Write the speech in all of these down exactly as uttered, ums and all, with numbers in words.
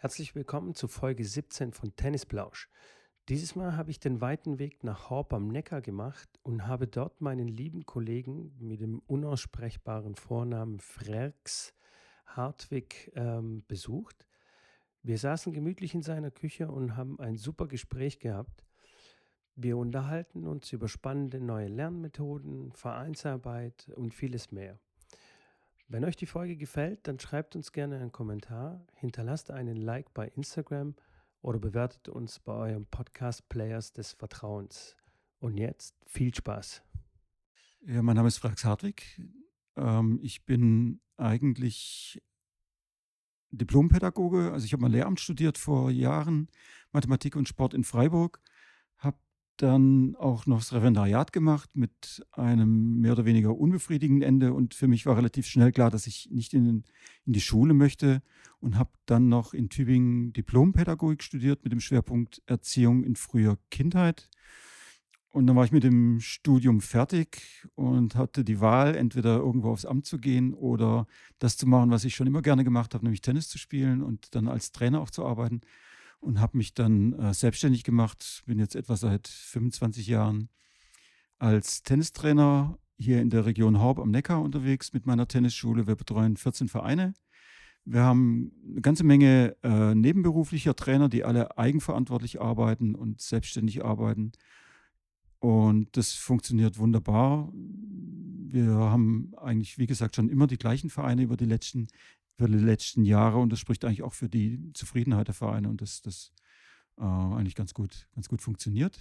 Herzlich willkommen zu Folge siebzehn von Tennisplausch. Dieses Mal habe ich den weiten Weg nach Horb am Neckar gemacht und habe dort meinen lieben Kollegen mit dem unaussprechbaren Vornamen Frerks Hartwig ähm, besucht. Wir saßen gemütlich in seiner Küche und haben ein super Gespräch gehabt. Wir unterhalten uns über spannende neue Lernmethoden, Vereinsarbeit und vieles mehr. Wenn euch die Folge gefällt, dann schreibt uns gerne einen Kommentar, hinterlasst einen Like bei Instagram oder bewertet uns bei eurem Podcast-Players des Vertrauens. Und jetzt viel Spaß. Ja, mein Name ist Frerks Hartwig. Ähm, ich bin eigentlich Diplompädagoge. Also ich habe mal Lehramt studiert vor Jahren, Mathematik und Sport in Freiburg. Habe dann auch noch das Referendariat gemacht mit einem mehr oder weniger unbefriedigenden Ende. Und für mich war relativ schnell klar, dass ich nicht in, in die Schule möchte. Und habe dann noch in Tübingen Diplompädagogik studiert mit dem Schwerpunkt Erziehung in früher Kindheit. Und dann war ich mit dem Studium fertig und hatte die Wahl, entweder irgendwo aufs Amt zu gehen oder das zu machen, was ich schon immer gerne gemacht habe, nämlich Tennis zu spielen und dann als Trainer auch zu arbeiten. Und habe mich dann äh, selbstständig gemacht, bin jetzt etwa seit fünfundzwanzig Jahren als Tennistrainer hier in der Region Horb am Neckar unterwegs mit meiner Tennisschule. Wir betreuen vierzehn Vereine. Wir haben eine ganze Menge äh, nebenberuflicher Trainer, die alle eigenverantwortlich arbeiten und selbstständig arbeiten. Und das funktioniert wunderbar. Wir haben eigentlich, wie gesagt, schon immer die gleichen Vereine über die letzten, über die letzten Jahre und das spricht eigentlich auch für die Zufriedenheit der Vereine und das, das äh, eigentlich ganz gut, ganz gut funktioniert.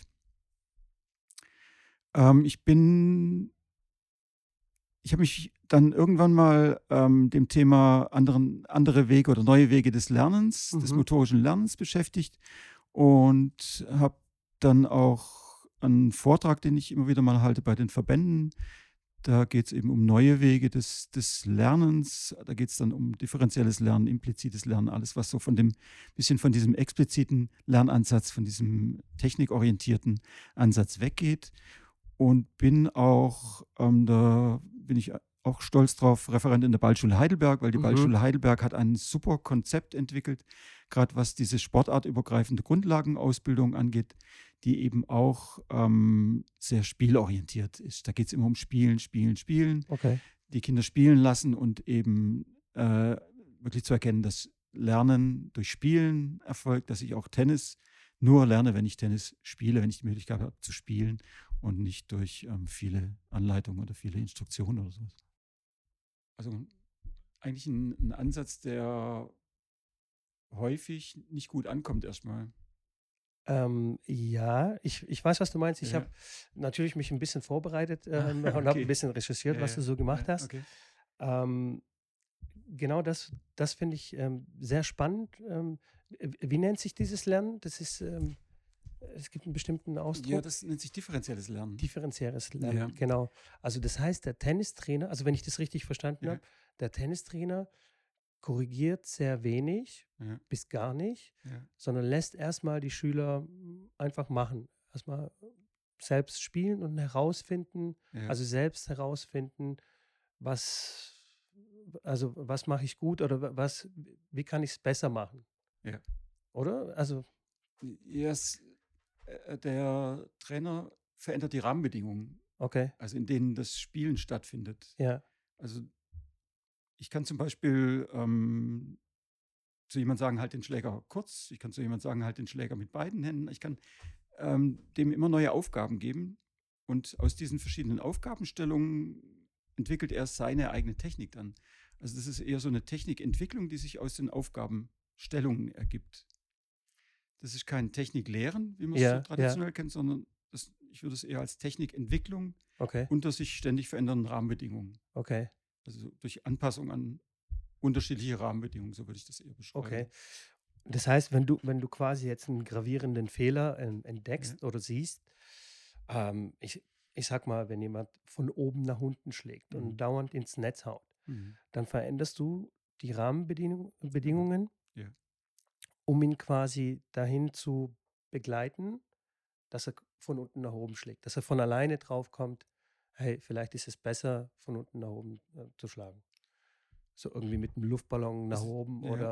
Ähm, ich bin, ich habe mich dann irgendwann mal ähm, dem Thema anderen, andere Wege oder neue Wege des Lernens, des Mhm. motorischen Lernens beschäftigt und habe dann auch einen Vortrag, den ich immer wieder mal halte bei den Verbänden. Da geht es eben um neue Wege des, des Lernens. Da geht es dann um differenzielles Lernen, implizites Lernen, alles, was so von dem bisschen von diesem expliziten Lernansatz, von diesem technikorientierten Ansatz weggeht. Und bin auch, ähm, da bin ich auch stolz drauf, Referent in der Ballschule Heidelberg, weil die Mhm. Ballschule Heidelberg hat ein super Konzept entwickelt, gerade was diese sportartübergreifende Grundlagenausbildung angeht, die eben auch ähm, sehr spielorientiert ist. Da geht es immer um Spielen, Spielen, Spielen. Okay. Die Kinder spielen lassen und eben äh, wirklich zu erkennen, dass Lernen durch Spielen erfolgt, dass ich auch Tennis nur lerne, wenn ich Tennis spiele, wenn ich die Möglichkeit habe zu spielen und nicht durch ähm, viele Anleitungen oder viele Instruktionen oder sowas. Also eigentlich ein, ein Ansatz, der häufig nicht gut ankommt erstmal. Ähm, ja, ich, ich weiß, was du meinst. Ich Ja. habe natürlich mich ein bisschen vorbereitet Ah, ähm, und habe okay. ein bisschen recherchiert, Ja, was du ja, so gemacht ja, hast. okay. Ähm, genau das, das finde ich ähm, sehr spannend. Ähm, w- wie nennt sich dieses Lernen? Das ist, ähm, es gibt einen bestimmten Ja, Ausdruck. das nennt sich differenzielles Lernen. Differenzielles Lernen, Ja, genau. Also das heißt, der Tennistrainer, also wenn ich das richtig verstanden ja, habe, der Tennistrainer korrigiert sehr wenig ja, bis gar nicht, ja, sondern lässt erstmal die Schüler mm, einfach machen. Erstmal selbst spielen und herausfinden, ja, also selbst herausfinden, was, also was mache ich gut oder wa- was, wie kann ich es besser machen, ja. oder? Also, Ja, es, äh, der Trainer verändert die Rahmenbedingungen, okay, also in denen das Spielen stattfindet. ja, Also ich kann zum Beispiel ähm, zu jemandem sagen, halt den Schläger kurz. Ich kann zu jemandem sagen, halt den Schläger mit beiden Händen. Ich kann ähm, dem immer neue Aufgaben geben. Und aus diesen verschiedenen Aufgabenstellungen entwickelt er seine eigene Technik dann. Also das ist eher so eine Technikentwicklung, die sich aus den Aufgabenstellungen ergibt. Das ist kein Techniklehren, wie man es so ja, ja, traditionell kennt, sondern das, ich würde es eher als Technikentwicklung okay, unter sich ständig verändernden Rahmenbedingungen. okay, Also durch Anpassung an unterschiedliche Rahmenbedingungen, so würde ich das eher okay. beschreiben. Das heißt, wenn du, wenn du quasi jetzt einen gravierenden Fehler ähm, Ja, entdeckst oder siehst, ähm, ich, ich sag mal, wenn jemand von oben nach unten schlägt und mhm. dauernd ins Netz haut, Mhm. dann veränderst du die Rahmenbedingungen, Genau. Bedingungen, Ja. um ihn quasi dahin zu begleiten, dass er von unten nach oben schlägt, dass er von alleine drauf kommt, hey, vielleicht ist es besser, von unten nach oben äh, zu schlagen. So irgendwie mit einem Luftballon nach Also, oben ja, oder.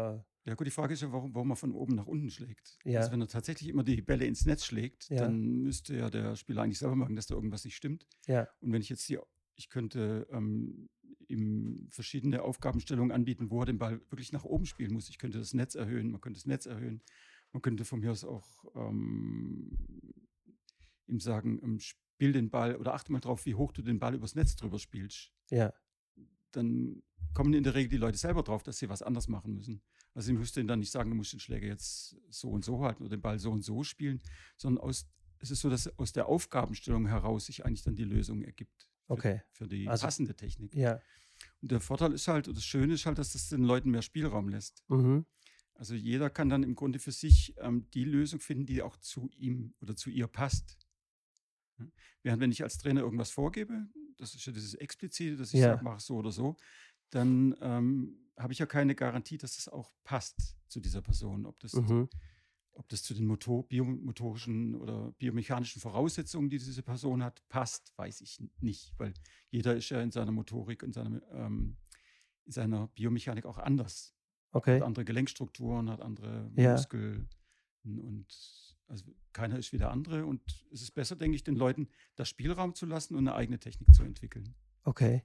Ja gut, die Frage ist ja, warum, warum man von oben nach unten schlägt. Ja. Also wenn er tatsächlich immer die Bälle ins Netz schlägt, Ja. dann müsste ja der Spieler eigentlich selber merken, dass da irgendwas nicht stimmt. Ja. Und wenn ich jetzt die, ich könnte ähm, ihm verschiedene Aufgabenstellungen anbieten, wo er den Ball wirklich nach oben spielen muss. Ich könnte das Netz erhöhen, man könnte das Netz erhöhen, man könnte von mir aus auch ähm, ihm sagen, ähm, spiel den Ball oder achte mal drauf, wie hoch du den Ball übers Netz drüber spielst. Ja. Dann kommen in der Regel die Leute selber drauf, dass sie was anders machen müssen. Also ich müsste ihnen dann nicht sagen, du musst den Schläger jetzt so und so halten oder den Ball so und so spielen, sondern aus, es ist so, dass aus der Aufgabenstellung heraus sich eigentlich dann die Lösung ergibt für, Okay. für die Also- passende Technik. Ja. Und der Vorteil ist halt, oder das Schöne ist halt, dass das den Leuten mehr Spielraum lässt. Mhm. Also jeder kann dann im Grunde für sich ähm, die Lösung finden, die auch zu ihm oder zu ihr passt. Ja? Während wenn ich als Trainer irgendwas vorgebe, das ist ja dieses Explizite, dass ich Ja. sage, mach es so oder so, dann ähm, habe ich ja keine Garantie, dass es auch passt zu dieser Person. Ob das, Mhm. ob das zu den Motor, biomotorischen oder biomechanischen Voraussetzungen, die diese Person hat, passt, weiß ich n- nicht. Weil jeder ist ja in seiner Motorik und seiner, ähm, in seiner Biomechanik auch anders. Okay. Hat andere Gelenkstrukturen, hat andere Ja. Muskeln und also keiner ist wie der andere. Und es ist besser, denke ich, den Leuten das Spielraum zu lassen und eine eigene Technik zu entwickeln. Okay.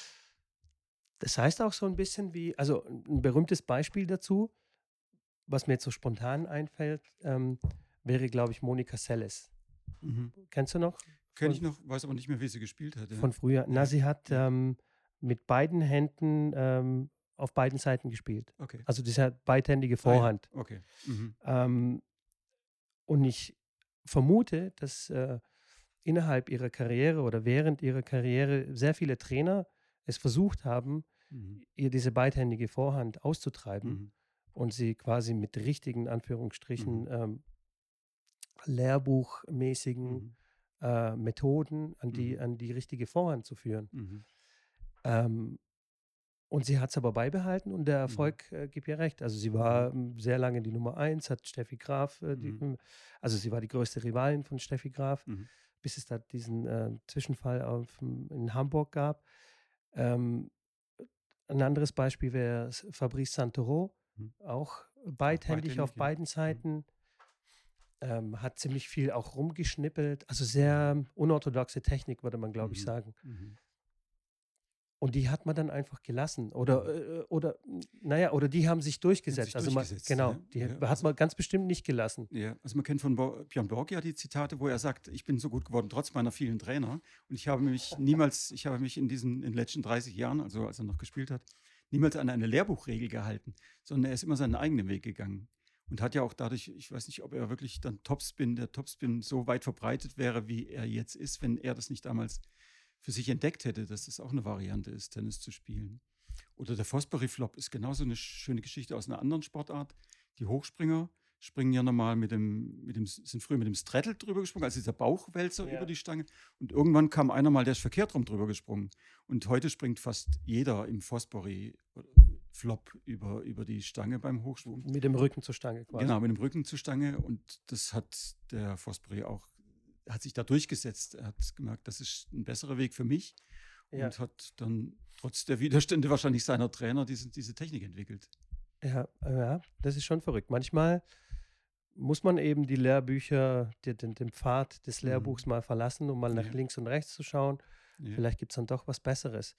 Das heißt auch so ein bisschen wie, also ein berühmtes Beispiel dazu, was mir jetzt so spontan einfällt, ähm, wäre, glaube ich, Monika Seles. Mhm. Kennst du noch? Kenne Von- ich noch, weiß aber nicht mehr, wie sie gespielt hat. Ja. Von früher. Na, Ja. sie hat Ja. ähm, mit beiden Händen ähm, auf beiden Seiten gespielt. Okay. Also diese beidhändige Ah, ja. Vorhand. Okay. Mhm. Ähm, und ich vermute, dass äh, innerhalb ihrer Karriere oder während ihrer Karriere sehr viele Trainer es versucht haben, Mhm. ihr diese beidhändige Vorhand auszutreiben Mhm. und sie quasi mit richtigen Anführungsstrichen Mhm. ähm, lehrbuchmäßigen Mhm. äh, Methoden an die, Mhm. an die richtige Vorhand zu führen. Mhm. Ähm, und sie hat es aber beibehalten und der Erfolg äh, gibt ihr recht. Also sie war ähm, sehr lange die Nummer eins, hat Steffi Graf, äh, die, Mhm. ähm, also sie war die größte Rivalin von Steffi Graf, Mhm. bis es da diesen äh, Zwischenfall auf, ähm, in Hamburg gab. Ähm, ein anderes Beispiel wäre S- Fabrice Santoro, Mhm. auch beidhändig auf beidhändig, ja. beiden Mhm. Seiten. Ähm, hat ziemlich viel auch rumgeschnippelt. Also sehr ähm, unorthodoxe Technik, würde man, glaube ich, Mhm. sagen. Mhm. Und die hat man dann einfach gelassen. Oder, Mhm. äh, oder m, naja, oder die haben sich durchgesetzt. sich also man, durchgesetzt, genau, ja. die Ja, hat also- man ganz bestimmt nicht gelassen. Ja, also man kennt von Bo Björn Borg ja die Zitate, wo er sagt, ich bin so gut geworden, trotz meiner vielen Trainer. Und ich habe mich niemals, ich habe mich in diesen, in den letzten dreißig Jahren, also als er noch gespielt hat, niemals an eine Lehrbuchregel gehalten, sondern er ist immer seinen eigenen Weg gegangen. Und hat ja auch dadurch, ich weiß nicht, ob er wirklich dann Topspin, der Topspin so weit verbreitet wäre, wie er jetzt ist, wenn er das nicht damals für sich entdeckt hätte, dass das auch eine Variante ist, Tennis zu spielen. Oder der Fosbury Flop ist genauso eine schöne Geschichte aus einer anderen Sportart. Die Hochspringer springen ja normal mit dem, mit dem, sind früher mit dem Straddle drüber gesprungen, also dieser Bauchwälzer Ja. über die Stange. Und irgendwann kam einer mal, der ist verkehrt rum drüber gesprungen. Und heute springt fast jeder im Fosbury Flop über, über die Stange beim Hochsprung. Mit dem Rücken zur Stange quasi. Genau, mit dem Rücken zur Stange. Und das hat der Fosbury auch, hat sich da durchgesetzt. Er hat gemerkt, das ist ein besserer Weg für mich. Ja. Und hat dann trotz der Widerstände wahrscheinlich seiner Trainer diese, diese Technik entwickelt. Ja, ja, das ist schon verrückt. Manchmal muss man eben die Lehrbücher, die, den, den Pfad des Mhm. Lehrbuchs mal verlassen, um mal nach Ja. links und rechts zu schauen. Ja. Vielleicht gibt es dann doch was Besseres.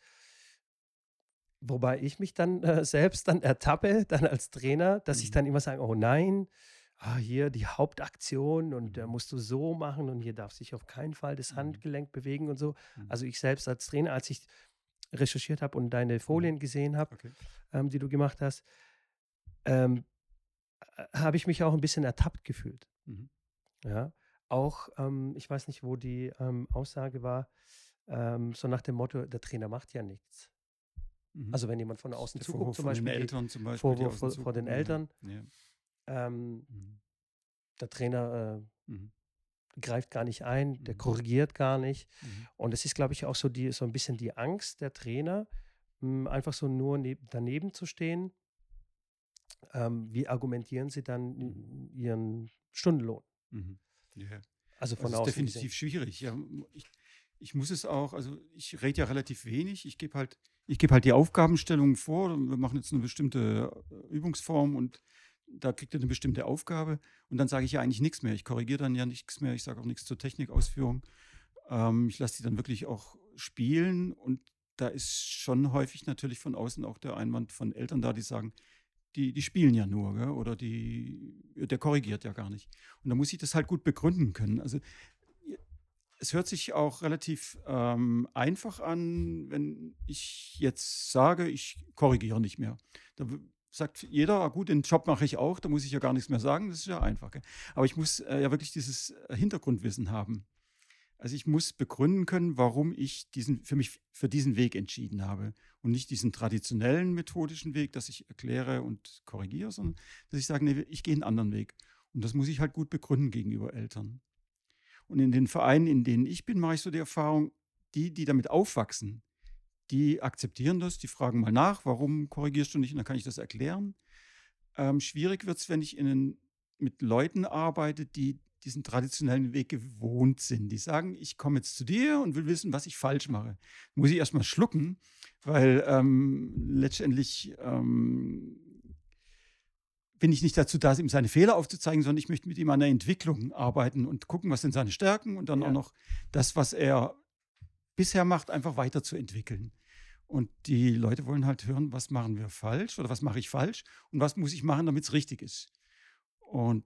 Wobei ich mich dann äh, selbst dann ertappe, dann als Trainer, dass ich Mhm. dann immer sage, oh nein, ah, hier die Hauptaktion und da Mhm. musst du so machen und hier darf sich auf keinen Fall das Mhm. Handgelenk bewegen und so. Mhm. Also ich selbst als Trainer, als ich recherchiert habe und deine Folien gesehen habe, Okay. ähm, die du gemacht hast, ähm, äh, habe ich mich auch ein bisschen ertappt gefühlt. Mhm. Ja, auch, ähm, ich weiß nicht, wo die ähm, Aussage war, ähm, so nach dem Motto, der Trainer macht ja nichts. Mhm. Also wenn jemand von außen Der zuguckt, Vorwurf zum von den Beispiel die Eltern zum Beispiel, die Vorwurf außen vor, vor den zugucken, ja. Eltern, Ja. ähm, Mhm. der Trainer äh, Mhm. greift gar nicht ein, der Mhm. korrigiert gar nicht. Mhm. Und es ist, glaube ich, auch so, die, so ein bisschen die Angst der Trainer, mh, einfach so nur neb daneben zu stehen. Ähm, wie argumentieren sie dann Mhm. ihren Stundenlohn? Mhm. Ja. Also von Also es ist außen definitiv gesehen. schwierig. Ja, ich, ich muss es auch, also ich rede ja relativ wenig. Ich gebe halt Ich gebe halt die Aufgabenstellung vor. Wir machen jetzt eine bestimmte äh, Übungsform und da kriegt er eine bestimmte Aufgabe. Und dann sage ich ja eigentlich nichts mehr. Ich korrigiere dann ja nichts mehr. Ich sage auch nichts zur Technikausführung. Ähm, ich lasse die dann wirklich auch spielen. Und da ist schon häufig natürlich von außen auch der Einwand von Eltern da, die sagen, die, die spielen ja nur, gell? Oder die, der korrigiert ja gar nicht. Und da muss ich das halt gut begründen können. Also es hört sich auch relativ ähm, einfach an, wenn ich jetzt sage, ich korrigiere nicht mehr. Da w- sagt jeder, ah, gut, den Job mache ich auch, da muss ich ja gar nichts mehr sagen, das ist ja einfach. Gell? Aber ich muss äh, ja wirklich dieses äh, Hintergrundwissen haben. Also ich muss begründen können, warum ich diesen, für mich für diesen Weg entschieden habe. Und nicht diesen traditionellen methodischen Weg, dass ich erkläre und korrigiere, sondern dass ich sage, nee, ich gehe einen anderen Weg. Und das muss ich halt gut begründen gegenüber Eltern. Und in den Vereinen, in denen ich bin, mache ich so die Erfahrung, die, die damit aufwachsen, die akzeptieren das, die fragen mal nach, warum korrigierst du nicht? Und dann kann ich das erklären. Ähm, schwierig wird es, wenn ich in einen, mit Leuten arbeite, die diesen traditionellen Weg gewohnt sind. Die sagen, ich komme jetzt zu dir und will wissen, was ich falsch mache. Muss ich erstmal schlucken, weil ähm, letztendlich ähm, bin ich nicht dazu da, ihm seine Fehler aufzuzeigen, sondern ich möchte mit ihm an der Entwicklung arbeiten und gucken, was sind seine Stärken und dann auch Ja. noch das, was er bisher macht, einfach weiterzuentwickeln. Und die Leute wollen halt hören, was machen wir falsch oder was mache ich falsch und was muss ich machen, damit es richtig ist. Und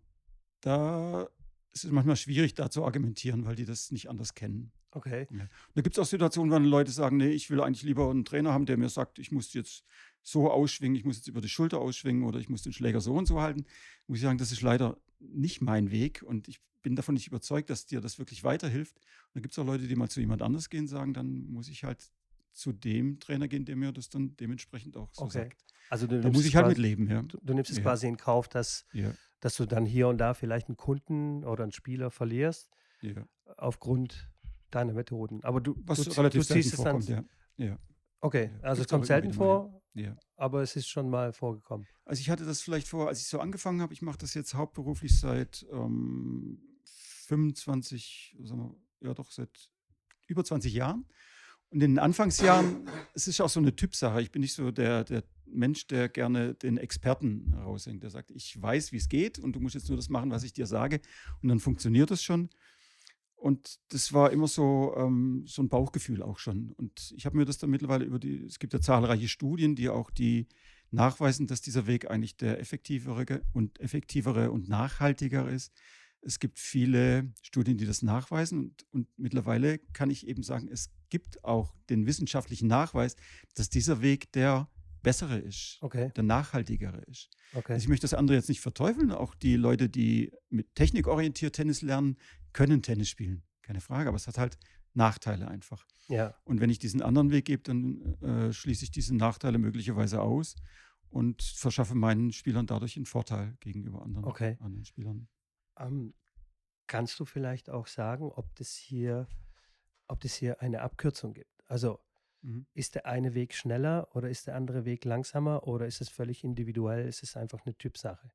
da ist es manchmal schwierig, da zu argumentieren, weil die das nicht anders kennen. Okay. Ja. Da gibt es auch Situationen, wenn Leute sagen, nee, ich will eigentlich lieber einen Trainer haben, der mir sagt, ich muss jetzt so ausschwingen, ich muss jetzt über die Schulter ausschwingen oder ich muss den Schläger so und so halten. Muss ich sagen, das ist leider nicht mein Weg und ich bin davon nicht überzeugt, dass dir das wirklich weiterhilft. Und da gibt es auch Leute, die mal zu jemand anders gehen, sagen, dann muss ich halt zu dem Trainer gehen, der mir das dann dementsprechend auch so Okay. sagt. Also du Da nimmst muss es ich halt mit quasi, leben, ja. du, du nimmst es Ja, quasi in Kauf, dass, ja, dass du dann hier und da vielleicht einen Kunden oder einen Spieler verlierst ja. aufgrund deiner Methoden. Aber du, du, Was zie- du relativ selten ziehst es dann. vorkommt, ja. Ja, Okay, ja. also es Gibt's auch kommt immer selten wieder mal, ja. vor, Ja. aber es ist schon mal vorgekommen. Also ich hatte das vielleicht vor, als ich so angefangen habe. Ich mache das jetzt hauptberuflich seit ähm, fünfundzwanzig, sagen wir, ja doch, seit über zwanzig Jahren. Und in den Anfangsjahren, es ist auch so eine Typsache. Ich bin nicht so der, der Mensch, der gerne den Experten raushängt. Der sagt, ich weiß, wie es geht und du musst jetzt nur das machen, was ich dir sage. Und dann funktioniert das schon. Und das war immer so, ähm, so ein Bauchgefühl auch schon. Und ich habe mir das dann mittlerweile über die, es gibt ja zahlreiche Studien, die auch die nachweisen, dass dieser Weg eigentlich der effektivere ge- und effektivere und nachhaltigere ist. Es gibt viele Studien, die das nachweisen und, und mittlerweile kann ich eben sagen, es gibt auch den wissenschaftlichen Nachweis, dass dieser Weg der bessere ist, Okay, der nachhaltigere ist. okay. Also ich möchte das andere jetzt nicht verteufeln. Auch die Leute, die mit technikorientiert Tennis lernen, können Tennis spielen. Keine Frage, aber es hat halt Nachteile einfach. Ja, Und wenn ich diesen anderen Weg gebe, dann äh, schließe ich diese Nachteile möglicherweise aus und verschaffe meinen Spielern dadurch einen Vorteil gegenüber anderen, okay. anderen Spielern. Ähm, kannst du vielleicht auch sagen, ob das hier, ob das hier eine Abkürzung gibt? Also Mhm. ist der eine Weg schneller oder ist der andere Weg langsamer oder ist es völlig individuell? Ist es einfach eine Typsache?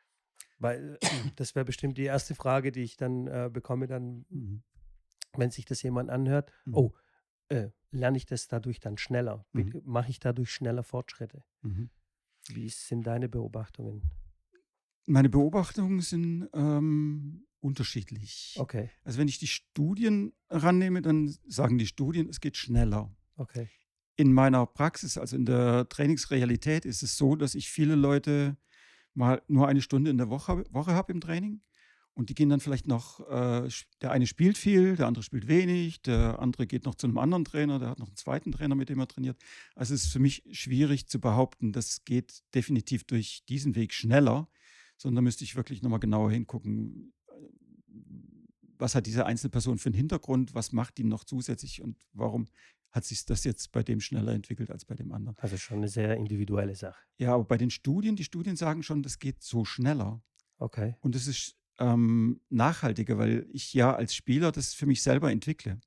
Weil das wäre bestimmt die erste Frage, die ich dann äh, bekomme, dann, Mhm. wenn sich das jemand anhört. Mhm. Oh, äh, lerne ich das dadurch dann schneller? Be- Mhm. Mache ich dadurch schneller Fortschritte? Mhm. Wie sind deine Beobachtungen? Meine Beobachtungen sind ähm, unterschiedlich. Okay, Also wenn ich die Studien rannehme, dann sagen die Studien, es geht schneller. okay, In meiner Praxis, also in der Trainingsrealität, ist es so, dass ich viele Leute mal nur eine Stunde in der Woche, Woche habe im Training. Und die gehen dann vielleicht noch, äh, sch- der eine spielt viel, der andere spielt wenig, der andere geht noch zu einem anderen Trainer, der hat noch einen zweiten Trainer, mit dem er trainiert. Also es ist für mich schwierig zu behaupten, das geht definitiv durch diesen Weg schneller, sondern da müsste ich wirklich nochmal genauer hingucken, äh, was hat diese Einzelperson für einen Hintergrund, was macht die noch zusätzlich und warum hat sich das jetzt bei dem schneller entwickelt als bei dem anderen. also schon eine sehr individuelle Sache. Ja, aber bei den Studien, die Studien sagen schon, das geht so schneller. Okay, Und es ist ähm, nachhaltiger, weil ich ja als Spieler das für mich selber entwickle.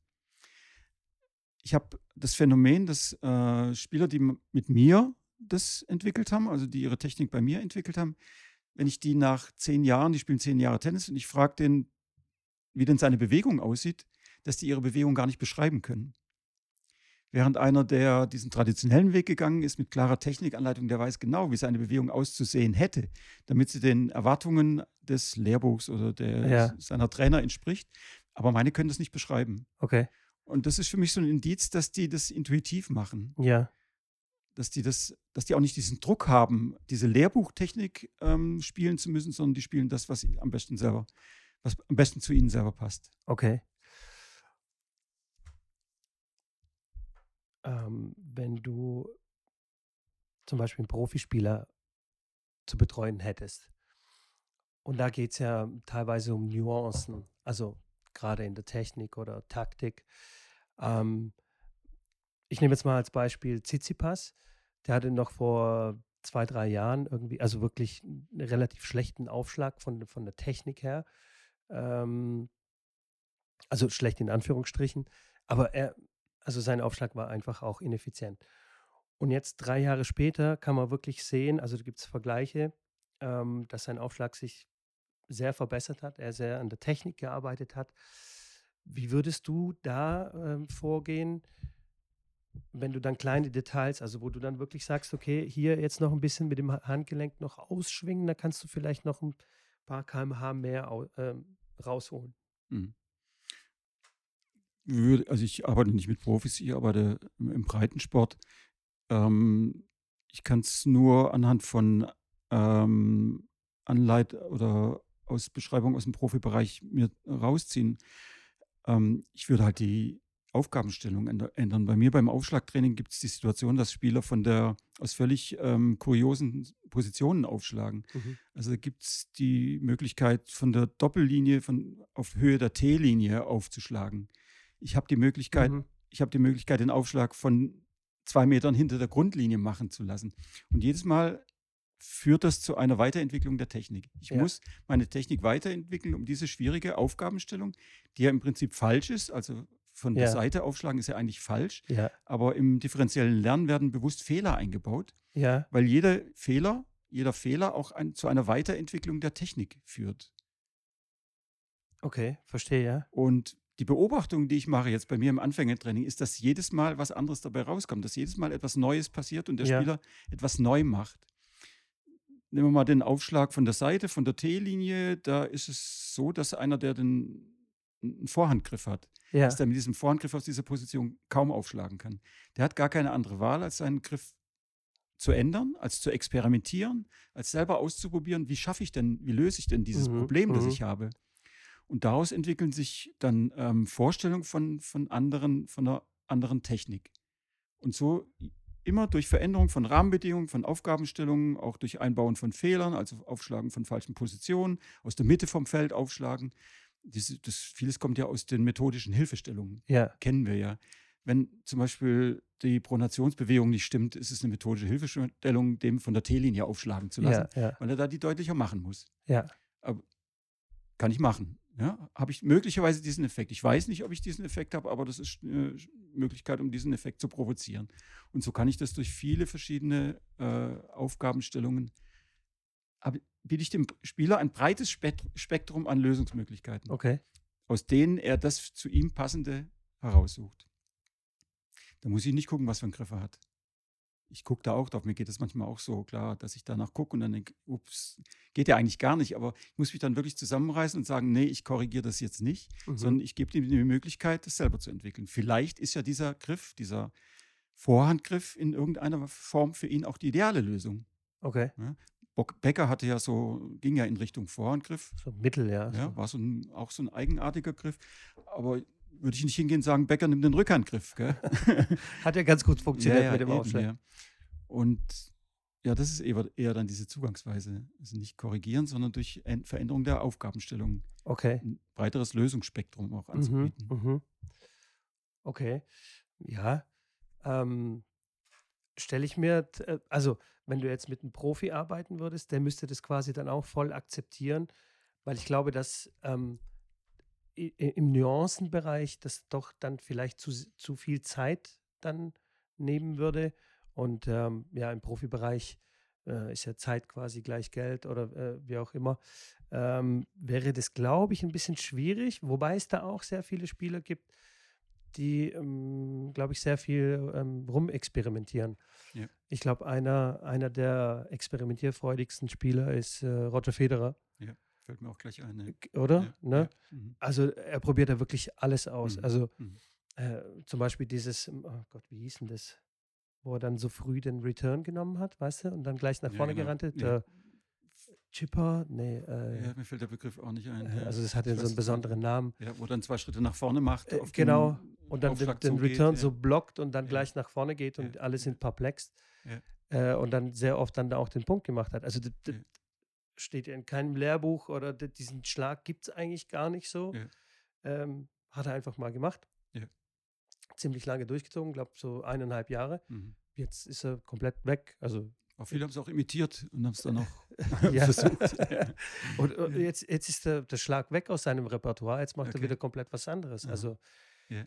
Ich habe das Phänomen, dass äh, Spieler, die m- mit mir das entwickelt haben, also die ihre Technik bei mir entwickelt haben, wenn ich die nach zehn Jahren, die spielen zehn Jahre Tennis und ich frage den, wie denn seine Bewegung aussieht, dass die ihre Bewegung gar nicht beschreiben können. Während einer, der diesen traditionellen Weg gegangen ist mit klarer Technikanleitung, der weiß genau, wie seine Bewegung auszusehen hätte, damit sie den Erwartungen des Lehrbuchs oder der, Ja, seiner Trainer entspricht. Aber meine können das nicht beschreiben. okay. Und das ist für mich so ein Indiz, dass die das intuitiv machen. Ja, Dass die, das, dass die auch nicht diesen Druck haben, diese Lehrbuchtechnik ähm, spielen zu müssen, sondern die spielen das, was am besten selber, was am besten zu ihnen selber passt. okay. Ähm, wenn du zum Beispiel einen Profispieler zu betreuen hättest, und da geht es ja teilweise um Nuancen, also gerade in der Technik oder Taktik. Ähm, ich nehme jetzt mal als Beispiel Tsitsipas. Der hatte noch vor zwei, drei Jahren irgendwie, also wirklich einen relativ schlechten Aufschlag von, von der Technik her. Ähm, also schlecht in Anführungsstrichen. Aber er, also sein Aufschlag war einfach auch ineffizient. Und jetzt drei Jahre später kann man wirklich sehen, also da gibt es Vergleiche, ähm, dass sein Aufschlag sich sehr verbessert hat, er sehr an der Technik gearbeitet hat. Wie würdest du da ähm, vorgehen, wenn du dann kleine Details, also wo du dann wirklich sagst, okay, hier jetzt noch ein bisschen mit dem Ha- Handgelenk noch ausschwingen, da kannst du vielleicht noch ein paar Kilometer pro Stunde mehr au, ähm, rausholen. Mhm. Würde, also ich arbeite nicht mit Profis, ich arbeite im, im Breitensport. Ähm, ich kann es nur anhand von ähm, Anleit oder aus Beschreibung aus dem Profibereich mir rausziehen. Ähm, ich würde halt die Aufgabenstellung änder- ändern. Bei mir beim Aufschlagtraining gibt es die Situation, dass Spieler von der aus völlig ähm, kuriosen Positionen aufschlagen. Mhm. Also gibt es die Möglichkeit, von der Doppellinie von, auf Höhe der T-Linie aufzuschlagen. Ich habe die Möglichkeit, Mhm. ich habe die Möglichkeit, den Aufschlag von zwei Metern hinter der Grundlinie machen zu lassen. Und jedes Mal führt das zu einer Weiterentwicklung der Technik. Ich Ja, muss meine Technik weiterentwickeln, um diese schwierige Aufgabenstellung, die ja im Prinzip falsch ist, also von der ja, Seite aufschlagen ist ja eigentlich falsch, ja, aber im differenziellen Lernen werden bewusst Fehler eingebaut, ja, weil jeder Fehler, jeder Fehler auch ein, zu einer Weiterentwicklung der Technik führt. okay, verstehe, ja. Und die Beobachtung, die ich mache jetzt bei mir im Anfängertraining, ist, dass jedes Mal was anderes dabei rauskommt, dass jedes Mal etwas Neues passiert und der Ja, Spieler etwas neu macht. Nehmen wir mal den Aufschlag von der Seite, von der T-Linie. Da ist es so, dass einer, der den einen Vorhandgriff hat, dass ja, der mit diesem Vorhandgriff aus dieser Position kaum aufschlagen kann. Der hat gar keine andere Wahl, als seinen Griff zu ändern, als zu experimentieren, als selber auszuprobieren, wie schaffe ich denn, wie löse ich denn dieses mhm, Problem, das mhm, ich habe. Und daraus entwickeln sich dann ähm, Vorstellungen von, von anderen, von einer anderen Technik. Und so immer durch Veränderung von Rahmenbedingungen, von Aufgabenstellungen, auch durch Einbauen von Fehlern, also Aufschlagen von falschen Positionen, aus der Mitte vom Feld aufschlagen. Das, das, vieles kommt ja aus den methodischen Hilfestellungen, ja, kennen wir ja. Wenn zum Beispiel die Pronationsbewegung nicht stimmt, ist es eine methodische Hilfestellung, dem von der T-Linie aufschlagen zu lassen, ja, ja, weil er da die deutlicher machen muss. ja, Aber kann ich machen. Ja? Habe ich möglicherweise diesen Effekt. Ich weiß nicht, ob ich diesen Effekt habe, aber das ist eine Möglichkeit, um diesen Effekt zu provozieren. Und so kann ich das durch viele verschiedene äh, Aufgabenstellungen, aber biete ich dem Spieler ein breites Spekt- Spektrum an Lösungsmöglichkeiten, okay. aus denen er das zu ihm passende heraussucht. Da muss ich nicht gucken, was für einen Griff er hat. Ich gucke da auch drauf, mir geht das manchmal auch so, klar, dass ich danach gucke und dann denke, ups, geht ja eigentlich gar nicht, aber ich muss mich dann wirklich zusammenreißen und sagen, nee, ich korrigiere das jetzt nicht, Mhm. sondern ich gebe ihm die Möglichkeit, das selber zu entwickeln. Vielleicht ist ja dieser Griff, dieser Vorhandgriff in irgendeiner Form für ihn auch die ideale Lösung. Okay. Ja? Bock- Becker hatte ja so, ging ja in Richtung Vorhandgriff, So Mittel, ja. ja, So. war so ein, auch so ein eigenartiger Griff, aber würde ich nicht hingehen und sagen, Becker nimmt den Rückhandgriff, gell? Hat ja ganz gut Ja, funktioniert ja, mit dem eben, Aufschlag. ja. Und ja, das ist eher, eher dann diese Zugangsweise. Also nicht korrigieren, sondern durch En- Veränderung der Aufgabenstellung Okay. ein breiteres Lösungsspektrum auch Mhm, anzubieten. mhm. Okay. Ja. Ähm, stelle ich mir, t- äh, also wenn du jetzt mit einem Profi arbeiten würdest, der müsste das quasi dann auch voll akzeptieren, weil ich glaube, dass ähm, i- i- im Nuancenbereich das doch dann vielleicht zu, s- zu viel Zeit dann nehmen würde. Und ähm, ja, im Profibereich äh, ist ja Zeit quasi gleich Geld oder äh, wie auch immer. Ähm, wäre das, glaube ich, ein bisschen schwierig, wobei es da auch sehr viele Spieler gibt, die, ähm, glaube ich, sehr viel ähm, rumexperimentieren. Ja. Ich glaube, einer, einer der experimentierfreudigsten Spieler ist äh, Roger Federer. Ja, fällt mir auch gleich ein. Ne? Oder? Ja, Ne? ja. Mhm. Also er probiert da wirklich alles aus. Mhm. Also Mhm. äh, zum Beispiel dieses, oh Gott, wie hieß denn das? Wo er dann so früh den Return genommen hat, weißt du? Und dann gleich nach Ja, vorne genau. gerannt ist. Ja. Äh, Chipper? Nee. Äh, Ja, mir fällt der Begriff auch nicht ein. äh, Ja. also das hat ja Ich so weiß einen es besonderen nicht. Namen. Ja, wo er dann zwei Schritte nach vorne macht, Äh, auf genau. den Und dann den, Aufschlag den zugeht. Return Ja. so blockt und dann Ja. gleich nach vorne geht und Ja. alle Ja. sind perplex. Ja. Äh, und dann sehr oft dann da auch den Punkt gemacht hat. Also das, das Ja. steht ja in keinem Lehrbuch oder das, diesen Schlag gibt es eigentlich gar nicht so. Ja. Ähm, hat er einfach mal gemacht. Ja. Ziemlich lange durchgezogen, glaube so eineinhalb Jahre. Mhm. Jetzt ist er komplett weg. Also Auch viele haben es auch imitiert und haben es dann auch ja. versucht. Ja. Und, und jetzt, jetzt ist der, der Schlag weg aus seinem Repertoire, jetzt macht Okay. er wieder komplett was anderes. Aha. Also, Ja.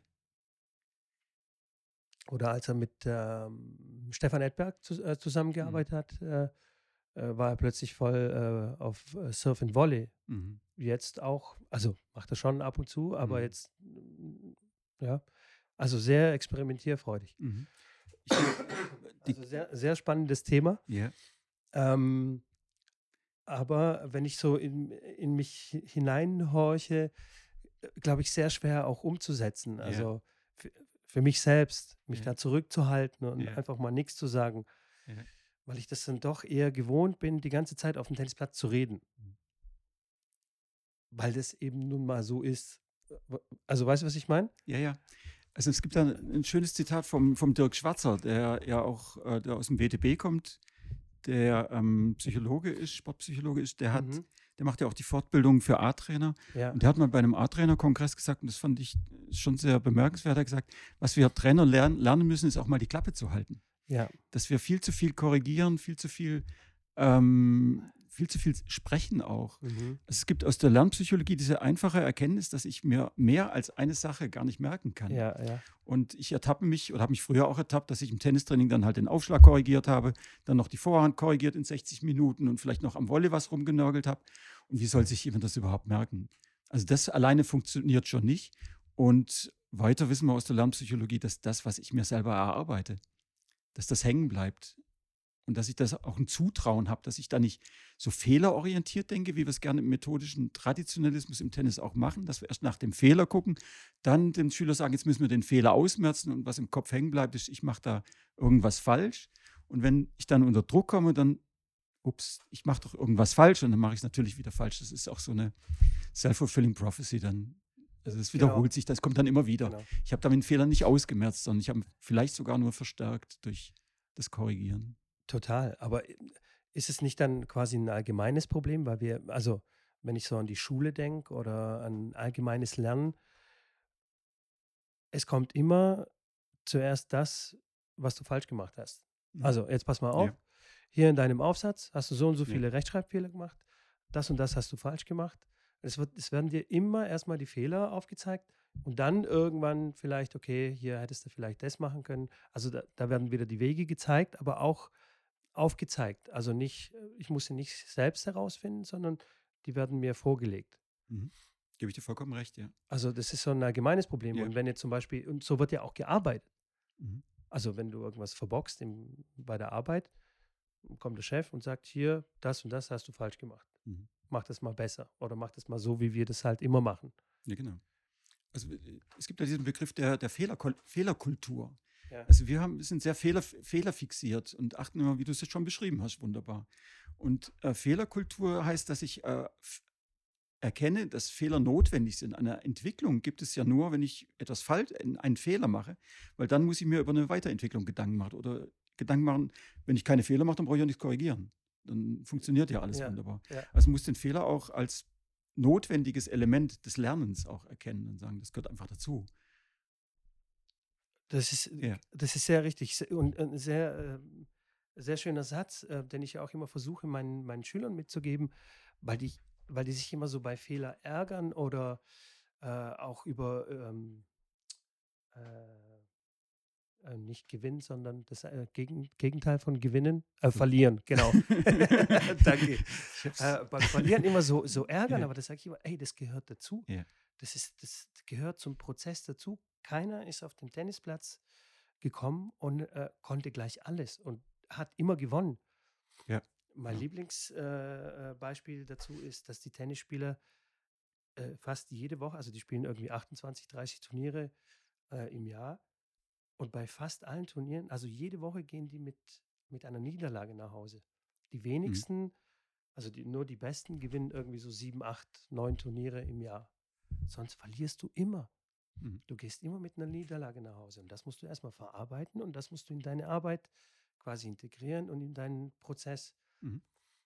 oder als er mit ähm, Stefan Edberg zu, äh, zusammengearbeitet hat, äh, äh, war er plötzlich voll äh, auf äh, Surf and Volley. Mhm. Jetzt auch, also macht er schon ab und zu, aber Mhm. jetzt, mm, ja, also sehr experimentierfreudig. Mhm. Ich, die, Also sehr, sehr spannendes Thema. ja. Ähm, aber wenn ich so in, in mich hineinhorche, glaube ich, sehr schwer auch umzusetzen. Ja. Also für, für mich selbst, mich Ja. da zurückzuhalten und Ja. einfach mal nichts zu sagen, Ja. weil ich das dann doch eher gewohnt bin, die ganze Zeit auf dem Tennisplatz zu reden. Mhm. Weil das eben nun mal so ist. Also weißt du, was ich meine? Ja, ja. Also es gibt da ein schönes Zitat vom, vom Dirk Schwarzer, der ja auch äh, der aus dem W T B kommt, der ähm, Psychologe ist, Sportpsychologe ist, der hat, Mhm. der macht ja auch die Fortbildung für A-Trainer. Ja. Und der hat mal bei einem A-Trainer-Kongress gesagt, und das fand ich schon sehr bemerkenswert, er hat gesagt, was wir Trainer lernen, lernen müssen, ist auch mal die Klappe zu halten. Ja. Dass wir viel zu viel korrigieren, viel zu viel, ähm, viel zu viel sprechen auch. Mhm. Es gibt aus der Lernpsychologie diese einfache Erkenntnis, dass ich mir mehr als eine Sache gar nicht merken kann. Ja, ja. Und ich ertappe mich oder habe mich früher auch ertappt, dass ich im Tennistraining dann halt den Aufschlag korrigiert habe, dann noch die Vorhand korrigiert in sechzig Minuten und vielleicht noch am Volley was rumgenörgelt habe. Und wie soll sich jemand das überhaupt merken? Also das alleine funktioniert schon nicht. Und weiter wissen wir aus der Lernpsychologie, dass das, was ich mir selber erarbeite, dass das hängen bleibt. Und dass ich das auch ein Zutrauen habe, dass ich da nicht so fehlerorientiert denke, wie wir es gerne im methodischen Traditionalismus im Tennis auch machen, dass wir erst nach dem Fehler gucken, dann dem Schüler sagen, jetzt müssen wir den Fehler ausmerzen und was im Kopf hängen bleibt, ist, ich mache da irgendwas falsch. Und wenn ich dann unter Druck komme, dann, ups, ich mache doch irgendwas falsch und dann mache ich es natürlich wieder falsch. Das ist auch so eine self-fulfilling prophecy dann. Also es wiederholt Genau. sich, das kommt dann immer wieder. Genau. Ich habe damit den Fehler nicht ausgemerzt, sondern ich habe ihn vielleicht sogar nur verstärkt durch das Korrigieren. Total. Aber ist es nicht dann quasi ein allgemeines Problem, weil wir, also wenn ich so an die Schule denke oder an allgemeines Lernen, es kommt immer zuerst das, was du falsch gemacht hast. Mhm. Also jetzt pass mal auf, Ja. hier in deinem Aufsatz hast du so und so Ja. viele Rechtschreibfehler gemacht, das und das hast du falsch gemacht. Es, wird, es werden dir immer erstmal die Fehler aufgezeigt und dann irgendwann vielleicht, okay, hier hättest du vielleicht das machen können. Also da, da werden wieder die Wege gezeigt, aber auch aufgezeigt. Also nicht, ich muss sie nicht selbst herausfinden, sondern die werden mir vorgelegt. Mhm. Gebe ich dir vollkommen recht, ja. Also das ist so ein allgemeines Problem. Ja. Und wenn jetzt zum Beispiel, und so wird ja auch gearbeitet. Mhm. Also wenn du irgendwas verbockst im, bei der Arbeit, kommt der Chef und sagt, hier, das und das hast du falsch gemacht. Mhm. Mach das mal besser oder mach das mal so, wie wir das halt immer machen. Ja, genau. Also äh, es gibt ja diesen Begriff der, der Fehlerkul- Fehlerkultur. Ja. Also wir haben, wir sind sehr fehler, fehlerfixiert und achten immer, wie du es jetzt schon beschrieben hast, wunderbar. Und äh, Fehlerkultur heißt, dass ich äh, f- erkenne, dass Fehler notwendig sind. Eine Entwicklung gibt es ja nur, wenn ich etwas falsch, einen Fehler mache, weil dann muss ich mir über eine Weiterentwicklung Gedanken machen oder Gedanken machen, wenn ich keine Fehler mache, dann brauche ich ja nichts korrigieren. Dann funktioniert ja alles Ja, wunderbar. ja. Also muss den Fehler auch als notwendiges Element des Lernens auch erkennen und sagen, das gehört einfach dazu. Das ist, Ja. das ist sehr richtig Se- und ein sehr, ähm, sehr schöner Satz, äh, den ich ja auch immer versuche, meinen, meinen Schülern mitzugeben, weil die, weil die sich immer so bei Fehler ärgern oder äh, auch über ähm, äh, äh, nicht gewinnen, sondern das äh, Gegen, Gegenteil von gewinnen, äh, verlieren, genau. Danke. Ich hab's- Äh, beim Verlieren immer so, so ärgern, Ja. aber das sage ich immer, ey, das gehört dazu. Ja. Das ist, das gehört zum Prozess dazu. keiner ist auf den Tennisplatz gekommen und äh, konnte gleich alles und hat immer gewonnen. Ja. Mein Ja. Lieblingsbeispiel äh, äh, Beispiel dazu ist, dass die Tennisspieler äh, fast jede Woche, also die spielen irgendwie achtundzwanzig, dreißig Turniere äh, im Jahr und bei fast allen Turnieren, also jede Woche gehen die mit, mit einer Niederlage nach Hause. Die Mhm. wenigsten, also die, nur die Besten gewinnen irgendwie so sieben, acht, neun Turniere im Jahr. Sonst verlierst du immer. Mhm. Du gehst immer mit einer Niederlage nach Hause und das musst du erstmal verarbeiten und das musst du in deine Arbeit quasi integrieren und in deinen Prozess. Mhm.